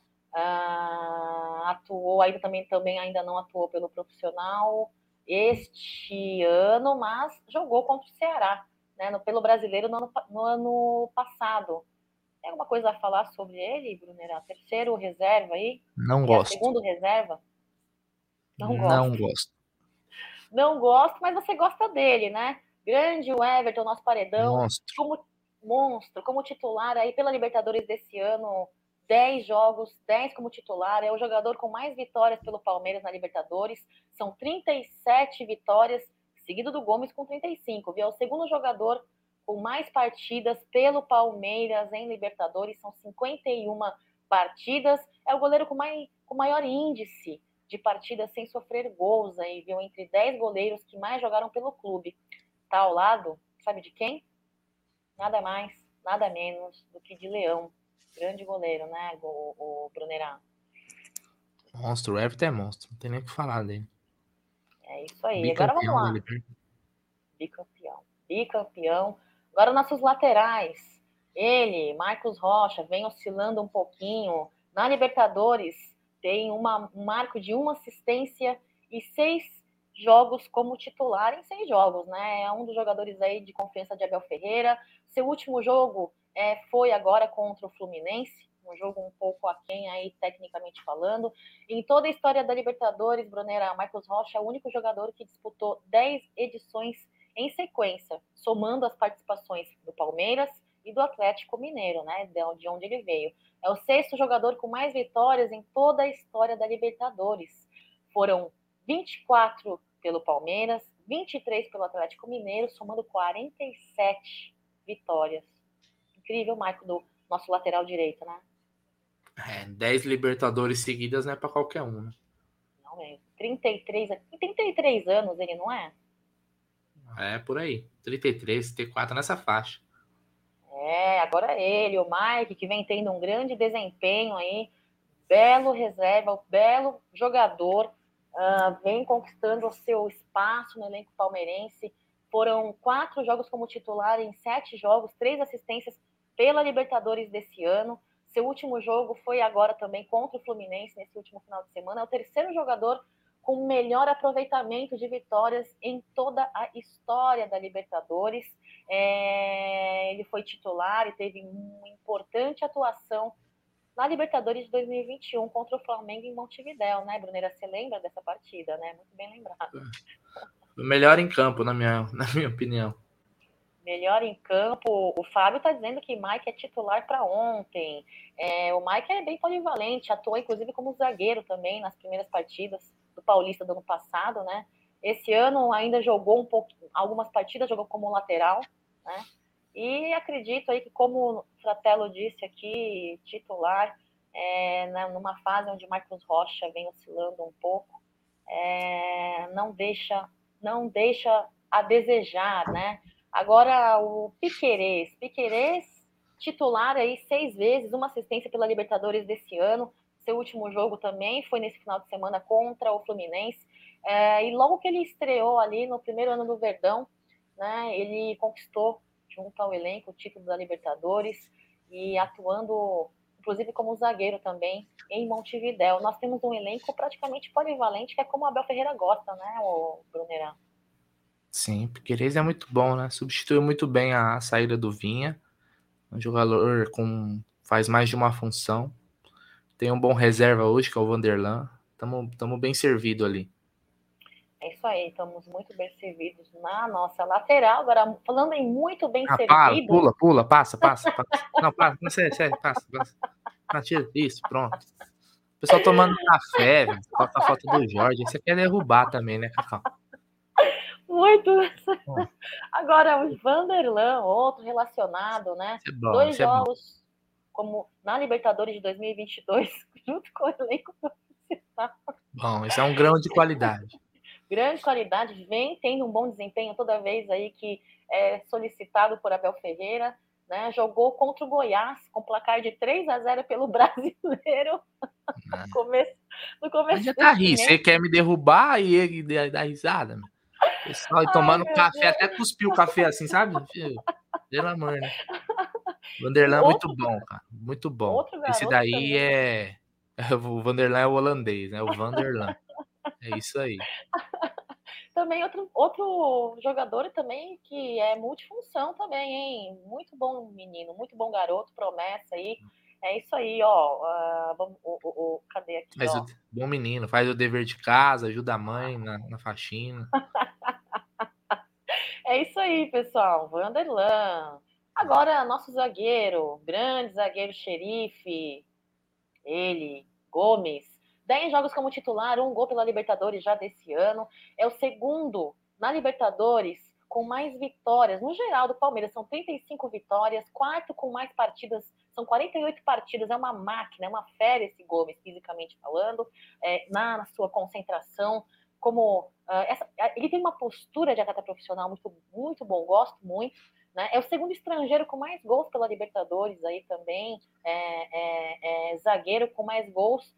A: Atuou, também ainda não atuou pelo profissional este ano, mas jogou contra o Ceará, né? Pelo brasileiro no ano passado. Tem alguma coisa a falar sobre ele, Brunera? Terceiro reserva aí?
B: Não
A: Aliás,
B: gosto.
A: segundo reserva? Não
B: Não
A: gosto.
B: gosto.
A: Não gosto, mas você gosta dele, né? Grande o Everton, nosso paredão,
B: Monstro.
A: como monstro, como titular aí pela Libertadores desse ano, 10 jogos, 10 como titular, é o jogador com mais vitórias pelo Palmeiras na Libertadores, são 37 vitórias, seguido do Gomes com 35, viu? É o segundo jogador com mais partidas pelo Palmeiras em Libertadores, são 51 partidas, é o goleiro com maior índice de partidas sem sofrer gols aí, viu? Entre 10 goleiros que mais jogaram pelo clube. Tá ao lado, sabe de quem? Nada mais, nada menos do que de Leão. Grande goleiro, né, o Brunerá?
B: Monstro, o Everton é monstro. Não tem nem o que falar dele.
A: É isso aí. Agora vamos
B: Bicampeão da
A: lá.
B: Libertadores.
A: Bicampeão. Bicampeão. Agora nossos laterais. Ele, Marcos Rocha, vem oscilando um pouquinho. Na Libertadores, tem um marco de uma assistência e 6 jogos como titular em 6 jogos, né? É um dos jogadores aí de confiança de Abel Ferreira. Seu último jogo foi agora contra o Fluminense, um jogo um pouco aquém aí, tecnicamente falando. Em toda a história da Libertadores, Brunera, Marcos Rocha é o único jogador que disputou 10 edições em sequência, somando as participações do Palmeiras e do Atlético Mineiro, né, de onde ele veio. É o 6º jogador com mais vitórias em toda a história da Libertadores. Foram 24 pelo Palmeiras, 23 pelo Atlético Mineiro, somando 47 vitórias. Incrível, Marco, do nosso lateral direito, né?
B: 10 Libertadores seguidas não é pra qualquer um, né?
A: Não mesmo. 33 anos ele não é?
B: É por aí. 33, 34 nessa faixa.
A: Agora ele, o Mike, que vem tendo um grande desempenho aí, belo reserva, belo jogador, vem conquistando o seu espaço no elenco palmeirense. Foram 4 jogos como titular em 7 jogos, 3 assistências pela Libertadores desse ano. Seu último jogo foi agora também contra o Fluminense, nesse último final de semana. É o 3º jogador com melhor aproveitamento de vitórias em toda a história da Libertadores. Ele foi titular e teve uma importante atuação na Libertadores de 2021 contra o Flamengo em Montevidéu, né, Brunera? Você lembra dessa partida, né? Muito bem lembrado.
B: O melhor em campo, na minha opinião.
A: Melhor em campo. O Fábio está dizendo que Mike é titular para ontem. O Mike é bem polivalente, atuou inclusive como zagueiro também nas primeiras partidas do Paulista do ano passado, né? Esse ano ainda jogou algumas partidas, jogou como lateral, né? E acredito aí que, como o Fratello disse aqui, titular, numa fase onde Marcos Rocha vem oscilando um pouco, não deixa a desejar, né? Agora o Piquerez titular aí 6 vezes, uma assistência pela Libertadores desse ano. Seu último jogo também foi nesse final de semana contra o Fluminense. E logo que ele estreou ali no primeiro ano do Verdão, né, ele conquistou junto ao elenco o título da Libertadores e atuando inclusive como zagueiro também em Montevidéu. Nós temos um elenco praticamente polivalente, que é como o Abel Ferreira gosta, né, o Brunerão?
B: Sim, Piquerez é muito bom, né? Substituiu muito bem a saída do Vinha. Um jogador faz mais de uma função. Tem um bom reserva hoje, que é o Vanderlan. Tamo bem servido ali.
A: É isso aí, estamos muito bem servidos na nossa lateral. Agora, falando em muito bem servido...
B: Pula, passa. Não, passa, sério, passa. Tira, isso, pronto. O pessoal tomando café, velho. Coloca a foto do Jorge. Você quer derrubar também, né, Cacau?
A: Muito. Agora, o Vanderlan, outro relacionado, né?
B: Isso é bom,
A: 2
B: isso é bom.
A: jogos como na Libertadores de 2022, junto com o elenco profissional.
B: Bom, isso é um grão de qualidade.
A: Grande qualidade, vem tendo um bom desempenho toda vez aí que é solicitado por Abel Ferreira, né? Jogou contra o Goiás com placar de 3-0 pelo Brasileiro no começo
B: Adianta
A: desse
B: rir, você
A: mês.
B: quer me derrubar e ele dá risada, meu. Pessoal
A: Ai,
B: tomando
A: meu
B: café, até
A: Deus.
B: cuspiu o café assim, sabe? Pelo amor, né? Vanderlan é muito
A: Outro,
B: bom, cara. Muito bom.
A: outro
B: Esse
A: garoto
B: daí
A: também.
B: é. O Vanderlan é o holandês, né? O Vanderlan. É isso aí.
A: Também outro jogador também que é multifunção também, hein? Muito bom menino, muito bom garoto, promessa aí. É isso aí, ó. Cadê aqui,
B: Mas o
A: ó?
B: bom menino, faz o dever de casa, ajuda a mãe na faxina.
A: É isso aí, pessoal. Vanderlan. Agora, nosso zagueiro, grande zagueiro xerife, ele, Gomes. 10 jogos como titular, 1 gol pela Libertadores já desse ano. É o segundo na Libertadores com mais vitórias. No geral, do Palmeiras, são 35 vitórias. Quarto com mais partidas, são 48 partidas. É uma máquina, é uma fera esse Gomes, fisicamente falando, na sua concentração. Ele tem uma postura de atleta profissional muito, muito bom, gosto muito. Né? É o segundo estrangeiro com mais gols pela Libertadores aí também, zagueiro com mais gols,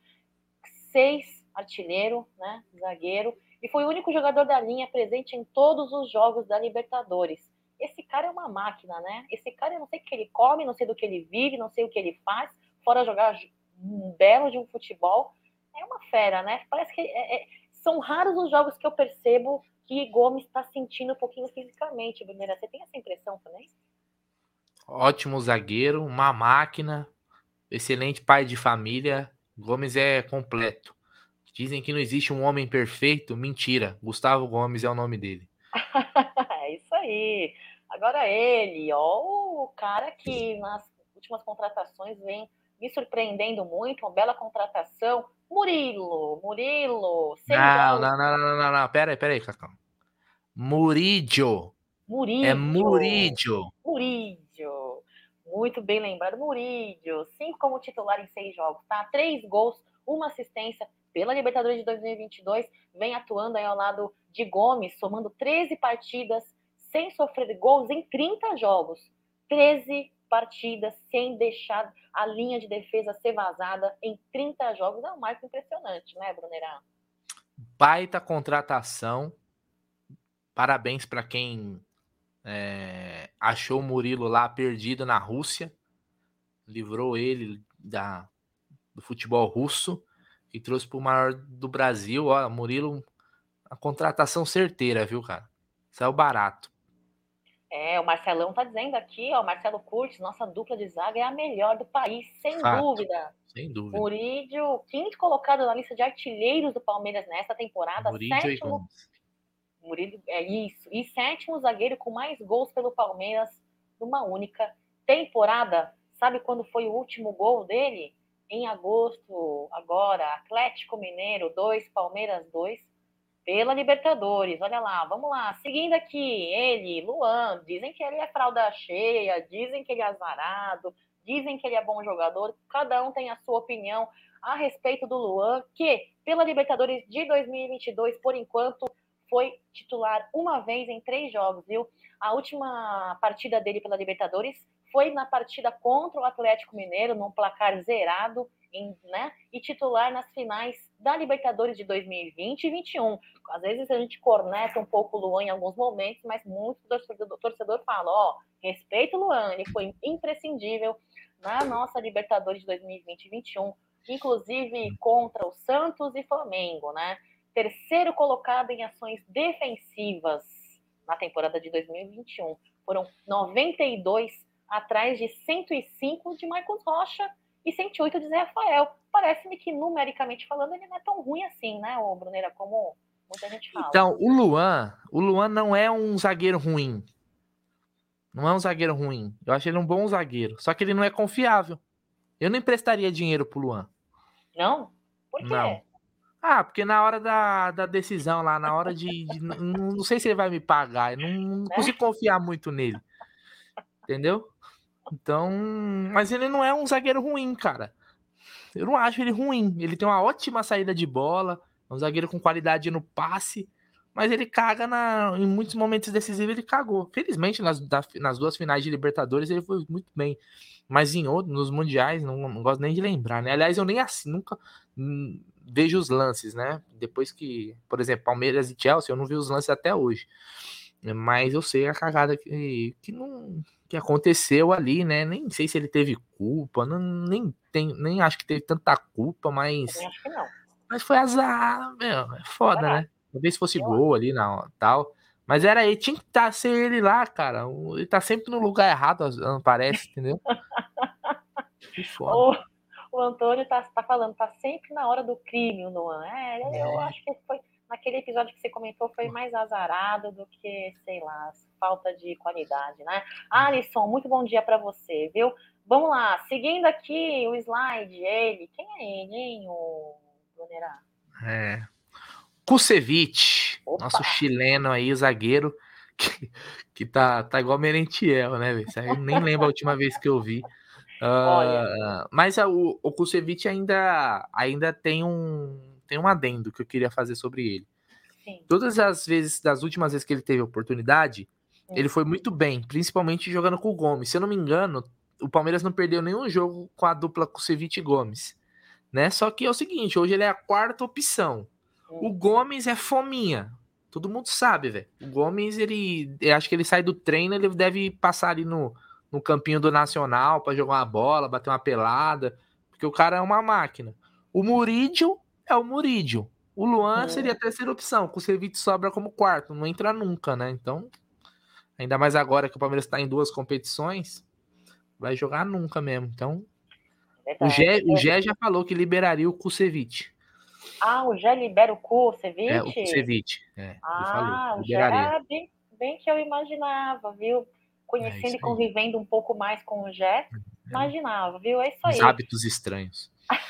A: 6 artilheiro, né? Zagueiro, e foi o único jogador da linha presente em todos os jogos da Libertadores. Esse cara é uma máquina, né? Esse cara, eu não sei o que ele come, não sei do que ele vive, não sei o que ele faz, fora jogar um belo de um futebol. É uma fera, né? Parece que são raros os jogos que eu percebo que Gomes está sentindo um pouquinho fisicamente, Bruneira. Você tem essa impressão também?
B: Ótimo zagueiro, uma máquina, excelente pai de família. Gomes é completo. Dizem que não existe um homem perfeito. Mentira. Gustavo Gomes é o nome dele.
A: É isso aí. Agora ele, ó, o cara que nas últimas contratações vem me surpreendendo muito, uma bela contratação. Murilo, 6
B: Não,
A: jogos.
B: não, não, não, não, não. Pera aí, Cacau. Murídio. É
A: Murídio,
B: Murídio.
A: Murídio. Muito bem lembrado, Murídio. 5 como titular em 6 jogos, tá? 3 gols, uma assistência pela Libertadores de 2022. Vem atuando aí ao lado de Gomes, somando 13 partidas sem sofrer gols em 30 jogos. 13 partidas sem deixar a linha de defesa ser vazada em 30 jogos. É um marco impressionante, né, Brunerá?
B: Baita contratação. Parabéns para quem achou o Murilo lá perdido na Rússia. Livrou ele do futebol russo e trouxe para o maior do Brasil. Ó, Murilo, a contratação certeira, viu, cara? Saiu barato.
A: O Marcelão tá dizendo aqui, ó, Marcelo Curtis, nossa dupla de zaga é a melhor do país, sem
B: Fato,
A: dúvida.
B: sem dúvida.
A: Murídio, quinto colocado na lista de artilheiros do Palmeiras nesta temporada,
B: Murídio e
A: sétimo.
B: Gomes.
A: Murídio, é isso. E sétimo zagueiro com mais gols pelo Palmeiras numa única temporada. Sabe quando foi o último gol dele? Em agosto, agora, Atlético Mineiro 2, Palmeiras 2, pela Libertadores. Olha lá, vamos lá. Seguindo aqui, ele, Luan, dizem que ele é fralda cheia, dizem que ele é azarado, dizem que ele é bom jogador. Cada um tem a sua opinião a respeito do Luan, que pela Libertadores de 2022, por enquanto, foi titular uma vez em 3 jogos, viu? A última partida dele pela Libertadores foi na partida contra o Atlético Mineiro, num placar zerado, né? E titular nas finais da Libertadores de 2020 e 2021. Às vezes a gente corneta um pouco o Luan em alguns momentos, mas muito torcedor fala, ó, respeita o Luan, ele foi imprescindível na nossa Libertadores de 2020 e 2021, inclusive contra o Santos e Flamengo, né? Terceiro colocado em ações defensivas na temporada de 2021. Foram 92 atrás de 105 de Marcos Rocha e 108 de Zé Rafael. Parece-me que, numericamente falando, ele não é tão ruim assim, né, ô Bruneira, como muita gente fala.
B: Então, o Luan não é um zagueiro ruim. Não é um zagueiro ruim. Eu acho ele um bom zagueiro. Só que ele não é confiável. Eu não emprestaria dinheiro pro Luan.
A: Não? Por
B: Não.
A: quê?
B: Ah, porque na hora da decisão lá, na hora não sei se ele vai me pagar. Eu não
A: Né?
B: consigo confiar muito nele. Entendeu? Então. Mas ele não é um zagueiro ruim, cara. Eu não acho ele ruim. Ele tem uma ótima saída de bola. É um zagueiro com qualidade no passe. Mas ele caga em muitos momentos decisivos, ele cagou. Felizmente, nas duas finais de Libertadores, ele foi muito bem. Mas em outros, nos mundiais, não gosto nem de lembrar, né? Aliás, eu nem assim, nunca vejo os lances, né? Depois que, por exemplo, Palmeiras e Chelsea, eu não vi os lances até hoje. Mas eu sei a cagada que aconteceu ali, né? Nem sei se ele teve culpa, nem acho que teve tanta culpa,
A: Também acho que não.
B: mas foi azar, meu, é foda,
A: Verdade.
B: né? Talvez fosse
A: Eu acho.
B: gol ali na tal, mas era ele, tinha que ser ele lá, cara. Ele tá sempre no lugar errado, parece, entendeu? Que foda.
A: O, o Antônio tá falando, tá sempre na hora do crime, o Noan. Eu
B: É.
A: acho que foi naquele episódio que você comentou, foi mais azarado do que, sei lá, falta de qualidade, né? Alisson, muito bom dia para você, viu? Vamos lá, seguindo aqui o slide, ele. Quem é ele, hein, o Brunerá?
B: É. Kusevich, nosso
A: Opa!
B: chileno aí, zagueiro, que, que tá igual Merentiel, né, velho? Eu nem lembro a última vez que eu vi.
A: Olha,
B: Mas o Kusevich ainda tem um adendo que eu queria fazer sobre ele.
A: sim.
B: Todas as vezes, das últimas vezes que ele teve oportunidade, ele foi muito bem, principalmente jogando com o Gomes. Se eu não me engano, o Palmeiras não perdeu nenhum jogo com a dupla Kusevich e Gomes, né? Só que é o seguinte, hoje ele é a quarta opção. O Gomes é fominha. Todo mundo sabe, velho. O Gomes, eu acho que ele sai do treino, ele deve passar ali no campinho do Nacional pra jogar uma bola, bater uma pelada, porque o cara é uma máquina. O Murídio é o Murídio. O Luan seria a terceira opção, com o Kusevich sobra como quarto, não entra nunca, né? Então, ainda mais agora que o Palmeiras tá em duas competições, vai jogar nunca mesmo. Então, o
A: Verdade.
B: Gé, o Gé já falou que liberaria o Kusevich.
A: O Gé libera o
B: O
A: Kusevich?
B: Kusevich, ele falou,
A: O Gé,
B: liberaria.
A: bem que eu imaginava, viu?
B: É
A: Conhecendo
B: isso
A: e
B: aí.
A: convivendo um pouco mais com o Gé,
B: É,
A: imaginava, viu? É isso
B: uns
A: aí.
B: hábitos estranhos.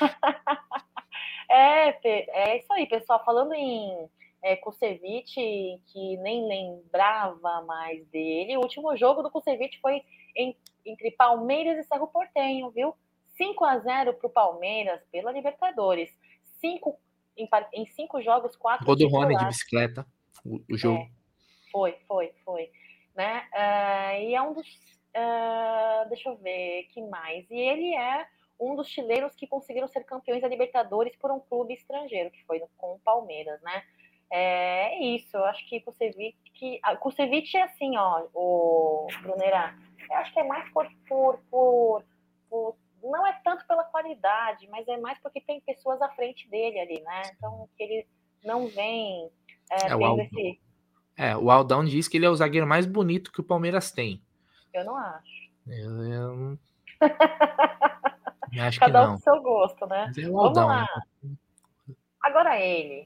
A: É isso aí, pessoal. Falando em Kusevich, que nem lembrava mais dele, o último jogo do Kusevich foi entre Palmeiras e Cerro Porteño, viu? 5-0 para o Palmeiras pela Libertadores. Cinco, em 5 jogos, 4
B: Gol do Rony de
A: titulares.
B: bicicleta, o
A: É,
B: jogo.
A: foi. Né? E é um dos. Deixa eu ver, que mais? E ele é um dos chilenos que conseguiram ser campeões da Libertadores por um clube estrangeiro, que foi com o Palmeiras, né? É isso, eu acho que Kusevich é assim, ó, o Brunera. Eu acho que é mais por. Não é tanto pela qualidade, mas é mais porque tem pessoas à frente dele ali, né? Então, que ele não vem
B: É o
A: tendo
B: Aldo.
A: esse.
B: O Aldão diz que ele é o zagueiro mais bonito que o Palmeiras tem.
A: Eu não acho.
B: Eu acho que
A: Cada um com
B: não.
A: seu gosto, né?
B: Mas é o
A: Vamos
B: Aldão,
A: lá.
B: né?
A: Agora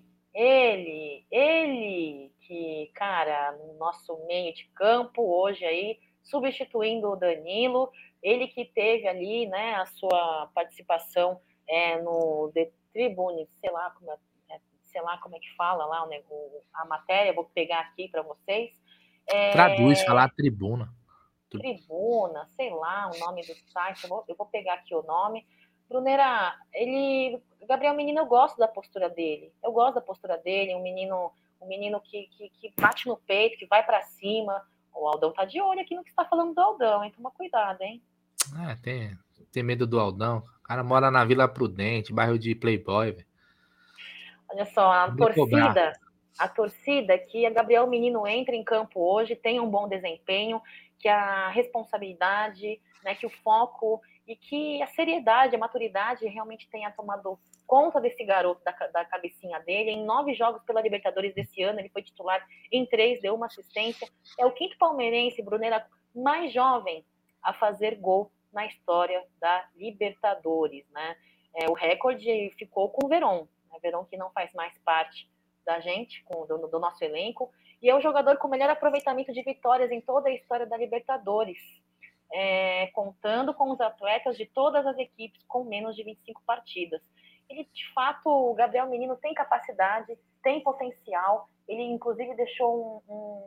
A: ele que, cara, no nosso meio de campo hoje aí, substituindo o Danilo, ele que teve ali, né, a sua participação no The Tribune, sei lá como é que fala lá a matéria, vou pegar aqui para vocês.
B: Traduz, falar tribuna.
A: Tribuna, sei lá o nome do site, eu vou pegar aqui o nome. Brunera, Gabriel Menino, eu gosto da postura dele. Eu gosto da postura dele, um menino que bate no peito, que vai para cima. O Aldão tá de olho aqui no que está falando do Aldão, hein? Toma cuidado, hein?
B: Tem medo do Aldão. O cara mora na Vila Prudente, bairro de Playboy, velho.
A: Olha só,
B: Vai cobrar.
A: a torcida que a Gabriel Menino entra em campo hoje, tem um bom desempenho, que a responsabilidade, né, que o foco e que a seriedade, a maturidade realmente tenha tomado conta desse garoto, da cabecinha dele. Em 9 jogos pela Libertadores desse ano, ele foi titular em 3, deu uma assistência. É o quinto palmeirense, Brunera, mais jovem a fazer gol na história da Libertadores, né? O recorde ficou com o Verón, Verón que não faz mais parte da gente, do nosso elenco, e é o jogador com melhor aproveitamento de vitórias em toda a história da Libertadores, contando com os atletas de todas as equipes com menos de 25 partidas. Ele, de fato, o Gabriel Menino tem capacidade, tem potencial, ele inclusive deixou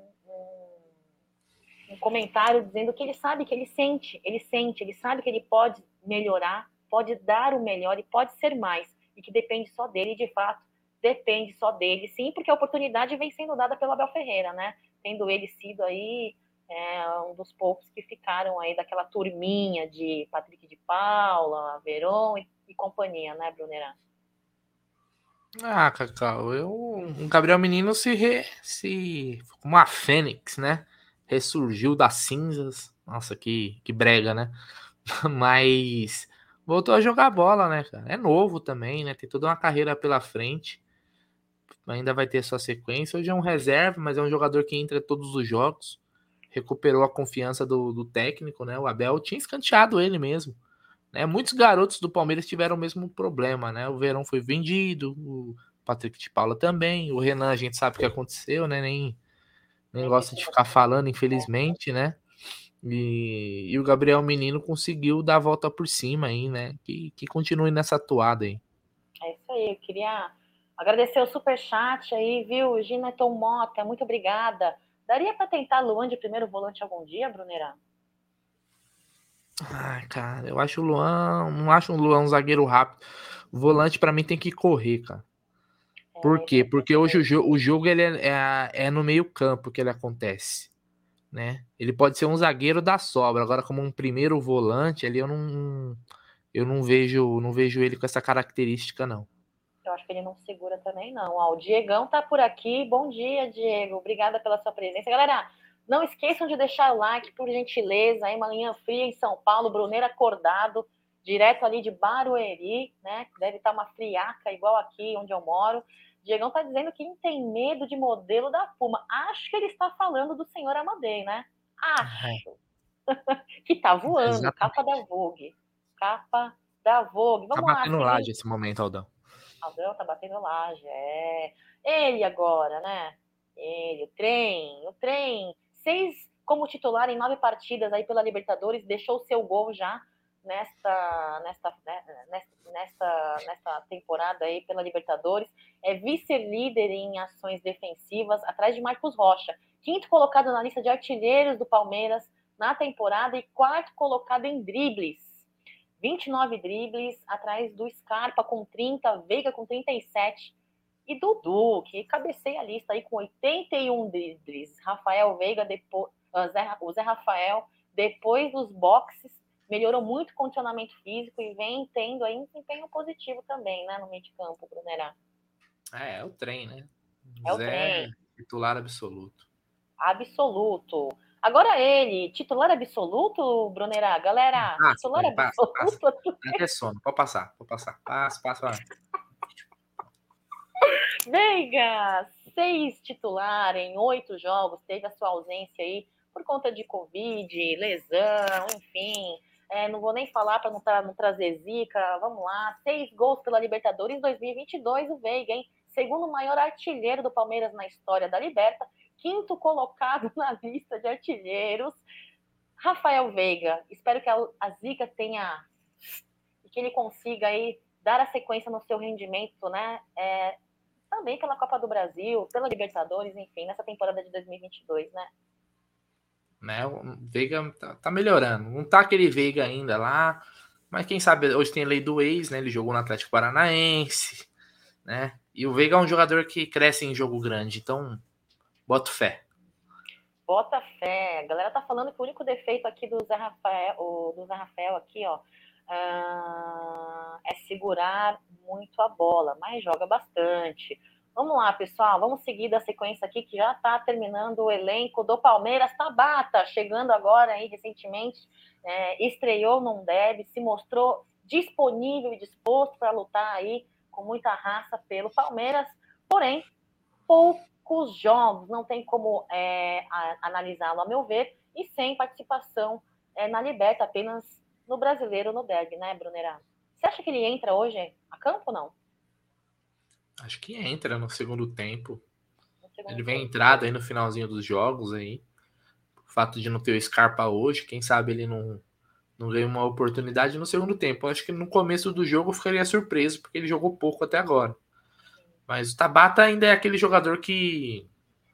A: um comentário dizendo que ele sabe que ele sabe que ele pode melhorar, pode dar o melhor e pode ser mais, e que depende só dele, de fato, depende só dele, sim, porque a oportunidade vem sendo dada pelo Abel Ferreira, né? Tendo ele sido aí um dos poucos que ficaram aí daquela turminha de Patrick de Paula, Verón e companhia, né, Brunera?
B: Cacau, o Gabriel Menino como uma fênix, né? Ressurgiu das cinzas. Nossa, que brega, né? Mas voltou a jogar bola, né, cara? É novo também, né? Tem toda uma carreira pela frente. Ainda vai ter sua sequência. Hoje é um reserva, mas é um jogador que entra em todos os jogos. Recuperou a confiança do técnico, né? O Abel tinha escanteado ele mesmo. Né? Muitos garotos do Palmeiras tiveram o mesmo problema, né? O Verão foi vendido, o Patrick de Paula também, o Renan a gente sabe o que aconteceu, né? Nem gosta de ficar falando, infelizmente, né? E o Gabriel Menino conseguiu dar a volta por cima aí, né? Que continue nessa toada aí.
A: É isso aí, eu queria agradecer o superchat aí, viu? Gineton Mota, muito obrigada. Daria para tentar Luan de primeiro volante algum dia, Brunera?
B: Ai, cara, eu acho o Luan. Não acho o Luan um zagueiro rápido. O volante, pra mim, tem que correr, cara. Por quê? Porque hoje o jogo ele é no meio-campo que ele acontece. Né? Ele pode ser um zagueiro da sobra. Agora, como um primeiro volante, ali eu não vejo ele com essa característica, não.
A: Eu acho que ele não segura também, não. Ó, o Diegão tá por aqui. Bom dia, Diego. Obrigada pela sua presença. Galera, não esqueçam de deixar o like, por gentileza. Aí, manhã fria em São Paulo, Bruneiro acordado, direto ali de Barueri, né? Deve estar uma friaca igual aqui onde eu moro. Diegão tá dizendo que não tem medo de modelo da Puma. Acho que ele está falando do senhor Amadei, né? Acho. Que tá voando. Capa da
B: Exatamente.
A: Vogue. Capa da Vogue.
B: Tá
A: Vamos lá,
B: batendo
A: seguinte.
B: laje esse momento, Aldão.
A: Aldão tá batendo laje, Ele agora, né? O trem. 6 como titular em 9 partidas aí pela Libertadores, deixou o seu gol já nesta temporada aí pela Libertadores. É vice-líder em ações defensivas, atrás de Marcos Rocha. Quinto colocado na lista de artilheiros do Palmeiras na temporada e quarto colocado em dribles. 29 dribles, atrás do Scarpa com 30, Veiga com 37 e Dudu, que cabeceia a lista aí com 81 dribles. Rafael Veiga, o Zé Rafael, depois dos boxes, melhorou muito o condicionamento físico e vem tendo aí um desempenho positivo também, né, no meio de campo, Brunerá.
B: É o trem, né?
A: É o
B: Zé,
A: trem.
B: titular absoluto.
A: Absoluto. Agora ele, titular absoluto, Brunerá? Galera, titular
B: Passa.
A: absoluto?
B: Até sono, pode passar. Passa.
A: Veiga, 6 titular em 8 jogos, teve a sua ausência aí por conta de Covid, lesão, enfim. Não vou nem falar para não trazer zica. Vamos lá, 6 gols pela Libertadores 2022, o Veiga, hein? Segundo maior artilheiro do Palmeiras na história da Liberta, quinto colocado na lista de artilheiros, Rafael Veiga. Espero que a zica tenha e que ele consiga aí dar a sequência no seu rendimento, né? Também pela Copa do Brasil, pela Libertadores, enfim, nessa temporada de 2022, né?
B: O Veiga tá melhorando. Não tá aquele Veiga ainda lá, mas quem sabe hoje tem a lei do ex, né? Ele jogou no Atlético Paranaense, né? E o Veiga é um jogador que cresce em jogo grande, então boto fé.
A: Bota fé. A galera tá falando que o único defeito aqui do Zé Rafael aqui, ó, é segurar muito a bola, mas joga bastante. Vamos lá, pessoal, vamos seguir da sequência aqui que já está terminando o elenco do Palmeiras. Tabata, chegando agora aí recentemente, estreou num derby, se mostrou disponível e disposto para lutar aí com muita raça pelo Palmeiras, porém, poucos jogos, não tem como analisá-lo, a meu ver, e sem participação na Liberta, apenas no Brasileiro, no derby, né, Brunerá? Você acha que ele entra hoje a campo ou não?
B: Acho que entra no segundo tempo. Ele vem
A: Tempo.
B: entrado aí no finalzinho dos jogos aí. O fato de não ter o Scarpa hoje, quem sabe ele não ganha uma oportunidade no segundo tempo. Eu acho que no começo do jogo eu ficaria surpreso, porque ele jogou pouco até agora. Mas o Tabata ainda é aquele jogador que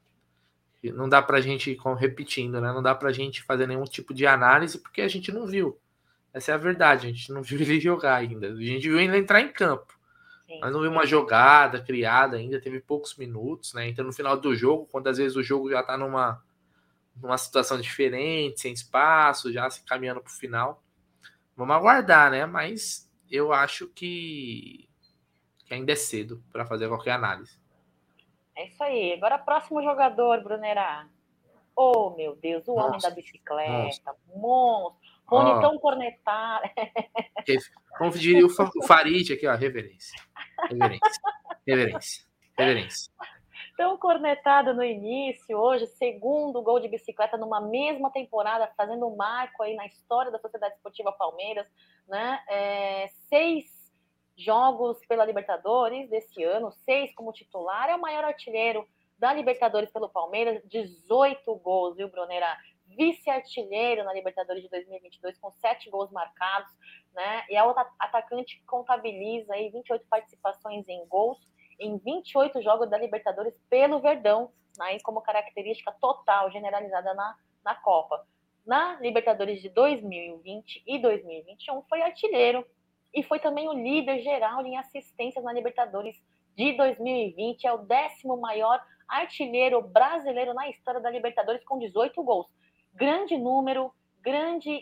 B: não dá pra gente, repetindo, né? Não dá pra gente fazer nenhum tipo de análise, porque a gente não viu. Essa é a verdade, a gente não viu ele jogar ainda. A gente viu ele entrar em campo.
A: Sim.
B: Mas não viu uma jogada criada ainda, teve poucos minutos, né? Então no final do jogo, quando às vezes o jogo já tá numa situação diferente, sem espaço, já se caminhando pro final. Vamos aguardar, né? Mas eu acho que ainda é cedo para fazer qualquer análise.
A: É isso aí. Agora, próximo jogador, Brunerá. Oh, meu Deus, o homem da bicicleta. Monstro. Rony tão cornetado.
B: Como diria o Farid aqui, ó, reverência. Reverência. Reverência. Reverência.
A: Tão cornetado no início, hoje, segundo gol de bicicleta numa mesma temporada, fazendo um marco aí na história da Sociedade Esportiva Palmeiras, né? 6 jogos pela Libertadores desse ano, 6 como titular, é o maior artilheiro da Libertadores pelo Palmeiras, 18 gols, viu, Brunera? Vice-artilheiro na Libertadores de 2022, com 7 gols marcados, né? E a outra atacante contabiliza aí 28 participações em gols em 28 jogos da Libertadores pelo Verdão, aí como característica total, generalizada na Copa. Na Libertadores de 2020 e 2021 foi artilheiro e foi também o líder geral em assistências na Libertadores de 2020, é o 10º maior artilheiro brasileiro na história da Libertadores com 18 gols. Grande número, grandes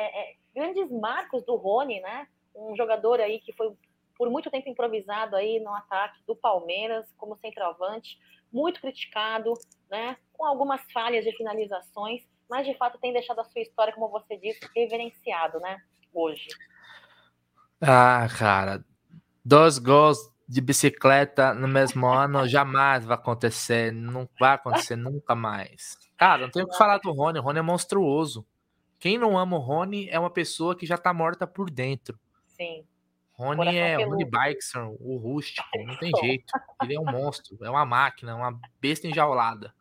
A: marcos do Rony, né? Um jogador aí que foi por muito tempo improvisado aí no ataque do Palmeiras como centroavante, muito criticado, né, com algumas falhas de finalizações, mas de fato tem deixado a sua história, como você disse, reverenciado, né, hoje.
B: Ah, cara, 2 gols de bicicleta no mesmo ano jamais vai acontecer, não vai acontecer nunca mais. Cara, não tenho o que falar do Rony, o Rony é monstruoso. Quem não ama o Rony é uma pessoa que já tá morta por dentro.
A: Sim.
B: Rony é Rony Bikeson, o rústico, não tem jeito. Ele é um monstro, é uma máquina, uma besta enjaulada.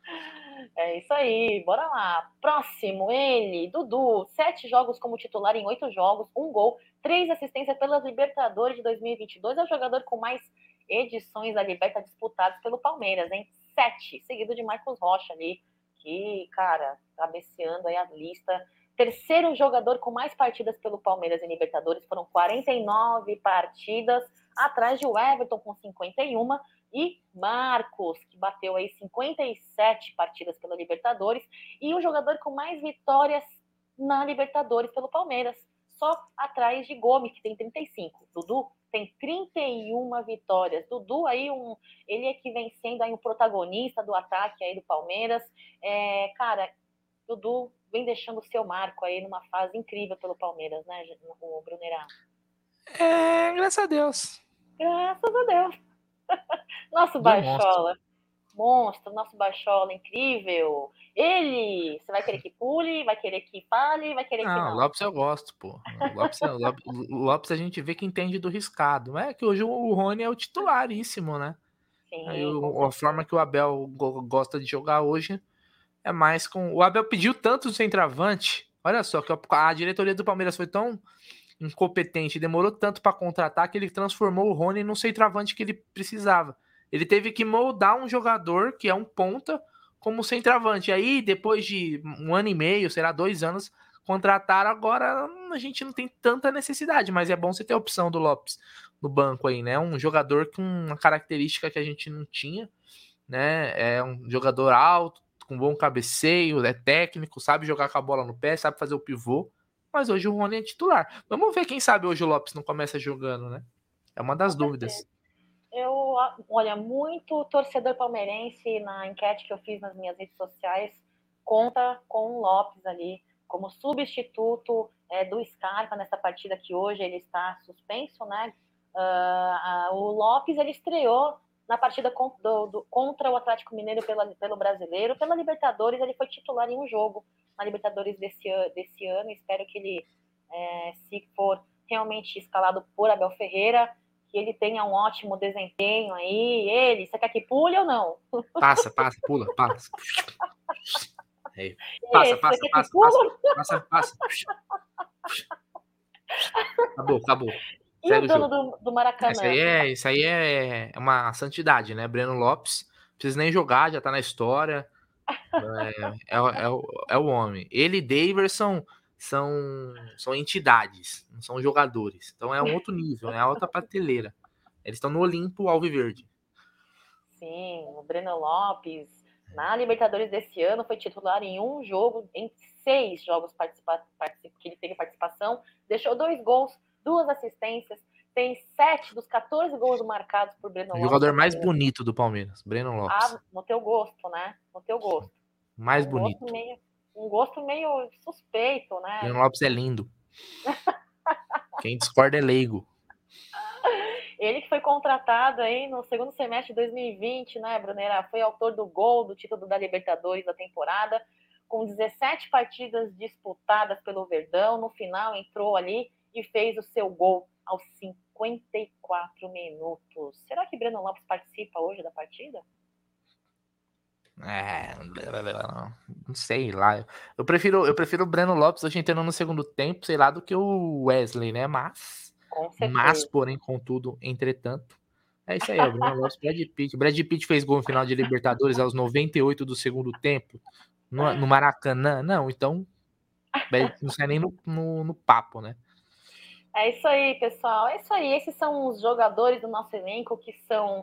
A: É isso aí, bora lá. Próximo, ele, Dudu, 7 jogos como titular em 8 jogos, 1 gol, 3 assistências pelas Libertadores de 2022. É o jogador com mais edições da Liberta disputadas pelo Palmeiras, hein? 7, seguido de Marcos Rocha ali, que, cara, cabeceando aí a lista. Terceiro jogador com mais partidas pelo Palmeiras em Libertadores, foram 49 partidas, atrás de Everton com 51, e Marcos, que bateu aí 57 partidas pela Libertadores, e o jogador com mais vitórias na Libertadores pelo Palmeiras, só atrás de Gomes, que tem 35. Dudu tem 31 vitórias. Dudu aí, ele é que vem sendo aí um protagonista do ataque aí do Palmeiras. Cara, Dudu vem deixando o seu marco aí numa fase incrível pelo Palmeiras, né, o Brunerá?
B: Graças a Deus.
A: Graças a Deus. Nosso
B: Demonstro.
A: Baixola. monstro, nosso baixola incrível. Ele, você vai querer que pule, vai querer que fale, vai querer que
B: Não,
A: não.
B: Lopes eu gosto, pô. Lopes a gente vê que entende do riscado. Mas é que hoje o Rony é o titularíssimo, né? Aí
A: Sim, com
B: a forma
A: certeza.
B: que o Abel gosta de jogar hoje é mais com. O Abel pediu tanto o centroavante. Olha só, que a diretoria do Palmeiras foi tão incompetente, demorou tanto para contratar que ele transformou o Rony no centroavante que ele precisava. Ele teve que moldar um jogador que é um ponta como centroavante. Aí, depois de um ano e meio, será 2 anos, contrataram. Agora a gente não tem tanta necessidade, mas é bom você ter a opção do Lopes no banco aí, né? Um jogador com uma característica que a gente não tinha, né? É um jogador alto, com bom cabeceio, é técnico, sabe jogar com a bola no pé, sabe fazer o pivô. Mas hoje o Rony é titular. Vamos ver, quem sabe hoje o Lopes não começa jogando, né? É uma
A: Com
B: das
A: certeza.
B: dúvidas.
A: Olha, muito torcedor palmeirense na enquete que eu fiz nas minhas redes sociais conta com o Lopes ali como substituto do Scarpa nessa partida que hoje ele está suspenso, né? O Lopes ele estreou na partida contra o Atlético Mineiro pelo Brasileiro, pela Libertadores, ele foi titular em um jogo na Libertadores desse ano. Espero que ele, se for realmente escalado por Abel Ferreira, que ele tenha um ótimo desempenho aí. Ele, você quer que pule ou não?
B: Passa, passa, pula, passa. Aí. Passa,
A: Esse, você
B: passa,
A: quer que
B: passa, passa,
A: pule?
B: passa, passa. Acabou, acabou.
A: E o
B: Segue o
A: dono
B: jogo.
A: do
B: Isso
A: Maracanã?
B: aí isso aí é uma santidade, né? Breno Lopes, não precisa nem jogar, já tá na história. É o homem. Ele e Daverson são entidades, não são jogadores. Então é um outro nível, é a outra prateleira. Eles estão no Olimpo Alviverde.
A: Sim, o Breno Lopes, na Libertadores desse ano, foi titular em um jogo, em 6 jogos que ele teve participação, deixou 2 gols, 2 assistências, tem 7 dos 14 gols marcados por Breno
B: O
A: Lopes
B: jogador
A: na
B: mais
A: carreira.
B: bonito do Palmeiras, Breno Lopes.
A: No teu gosto, né? No teu gosto. É
B: Mais bonito.
A: um gosto meio suspeito, né?
B: Breno Lopes é lindo. Quem discorda é leigo.
A: Ele que foi contratado aí no segundo semestre de 2020, né, Brunera? Foi autor do gol do título da Libertadores da temporada, com 17 partidas disputadas pelo Verdão. No final entrou ali e fez o seu gol aos 54 minutos. Será que Breno Lopes participa hoje da partida?
B: É, não sei lá. Eu prefiro o Breno Lopes hoje entrando no segundo tempo, sei lá, do que o Wesley, né?
A: Com
B: Mas,
A: certeza.
B: porém, contudo, entretanto, é isso aí, ó, Bruno Lopes, Brad Pitt. Brad Pitt fez gol no final de Libertadores aos 98 do segundo tempo, no Maracanã. Não, então, não sai nem no papo, né?
A: É isso aí, pessoal. É isso aí. Esses são os jogadores do nosso elenco que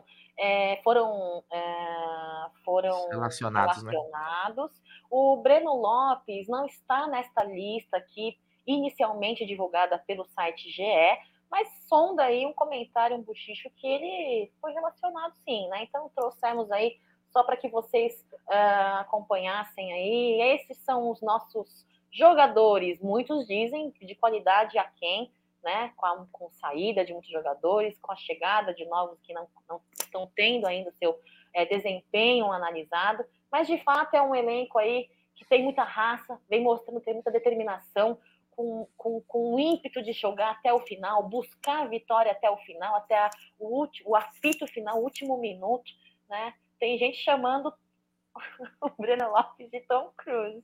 A: foram
B: Relacionados, né?
A: relacionados. O Breno Lopes não está nesta lista aqui inicialmente divulgada pelo site GE, mas sonda aí um comentário, um bochicho que ele foi relacionado sim, né? Então trouxemos aí só para que vocês acompanhassem aí. Esses são os nossos jogadores, muitos dizem de qualidade aquém, né, com saída de muitos jogadores, com a chegada de novos que não estão tendo ainda o seu desempenho analisado, mas de fato é um elenco aí que tem muita raça, vem mostrando ter muita determinação, com o ímpeto de jogar até o final, buscar a vitória até o final, até o apito final, o último minuto, né? Tem gente chamando o Breno Lopes de Tom Cruise.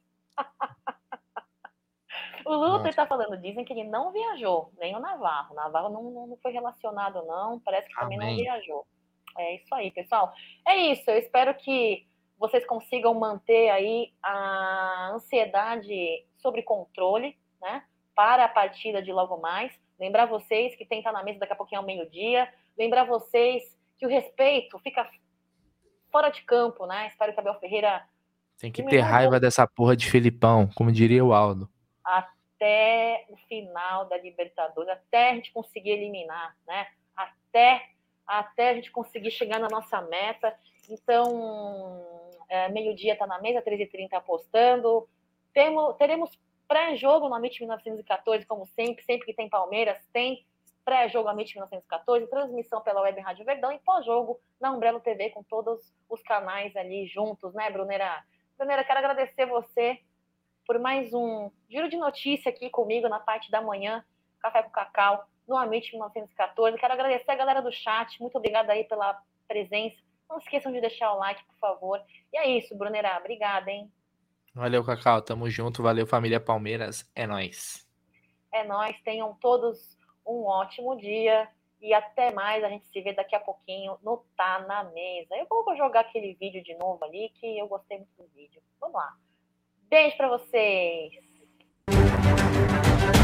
A: O Luther
B: Monstro.
A: tá falando, dizem que ele não viajou, nem o Navarro. O Navarro não foi relacionado, não. Parece que também não
B: Amém.
A: viajou. É isso aí, pessoal. É isso. Eu espero que vocês consigam manter aí a ansiedade sobre controle, né? Para a partida de logo mais. Lembrar vocês que tem que estar na mesa daqui a pouquinho ao meio-dia. Lembrar vocês que o respeito fica fora de campo, né? Espero que a Abel Ferreira
B: Tem que ter
A: diminua um
B: raiva
A: pouco
B: dessa porra de Felipão, como diria o Aldo.
A: até o final da Libertadores, até a gente conseguir eliminar, né? Até a gente conseguir chegar na nossa meta. Então, meio-dia está na mesa, 13h30 apostando. Teremos pré-jogo no Amit 1914, como sempre que tem Palmeiras, tem pré-jogo Amit 1914, transmissão pela Web Rádio Verdão e pós-jogo na Umbrella TV com todos os canais ali juntos, né, Brunera? Brunera, quero agradecer você por mais um giro de notícia aqui comigo na parte da manhã, Café com Cacau, no Amit 1914. Quero agradecer a galera do chat, muito obrigada aí pela presença. Não esqueçam de deixar o like, por favor. E é isso, Brunera, obrigada, hein?
B: Valeu, Cacau, tamo junto, valeu, família Palmeiras, é nóis.
A: É nóis, tenham todos um ótimo dia e até mais. A gente se vê daqui a pouquinho no Tá na Mesa. Eu vou jogar aquele vídeo de novo ali que eu gostei muito do vídeo. Vamos lá. Beijo pra vocês!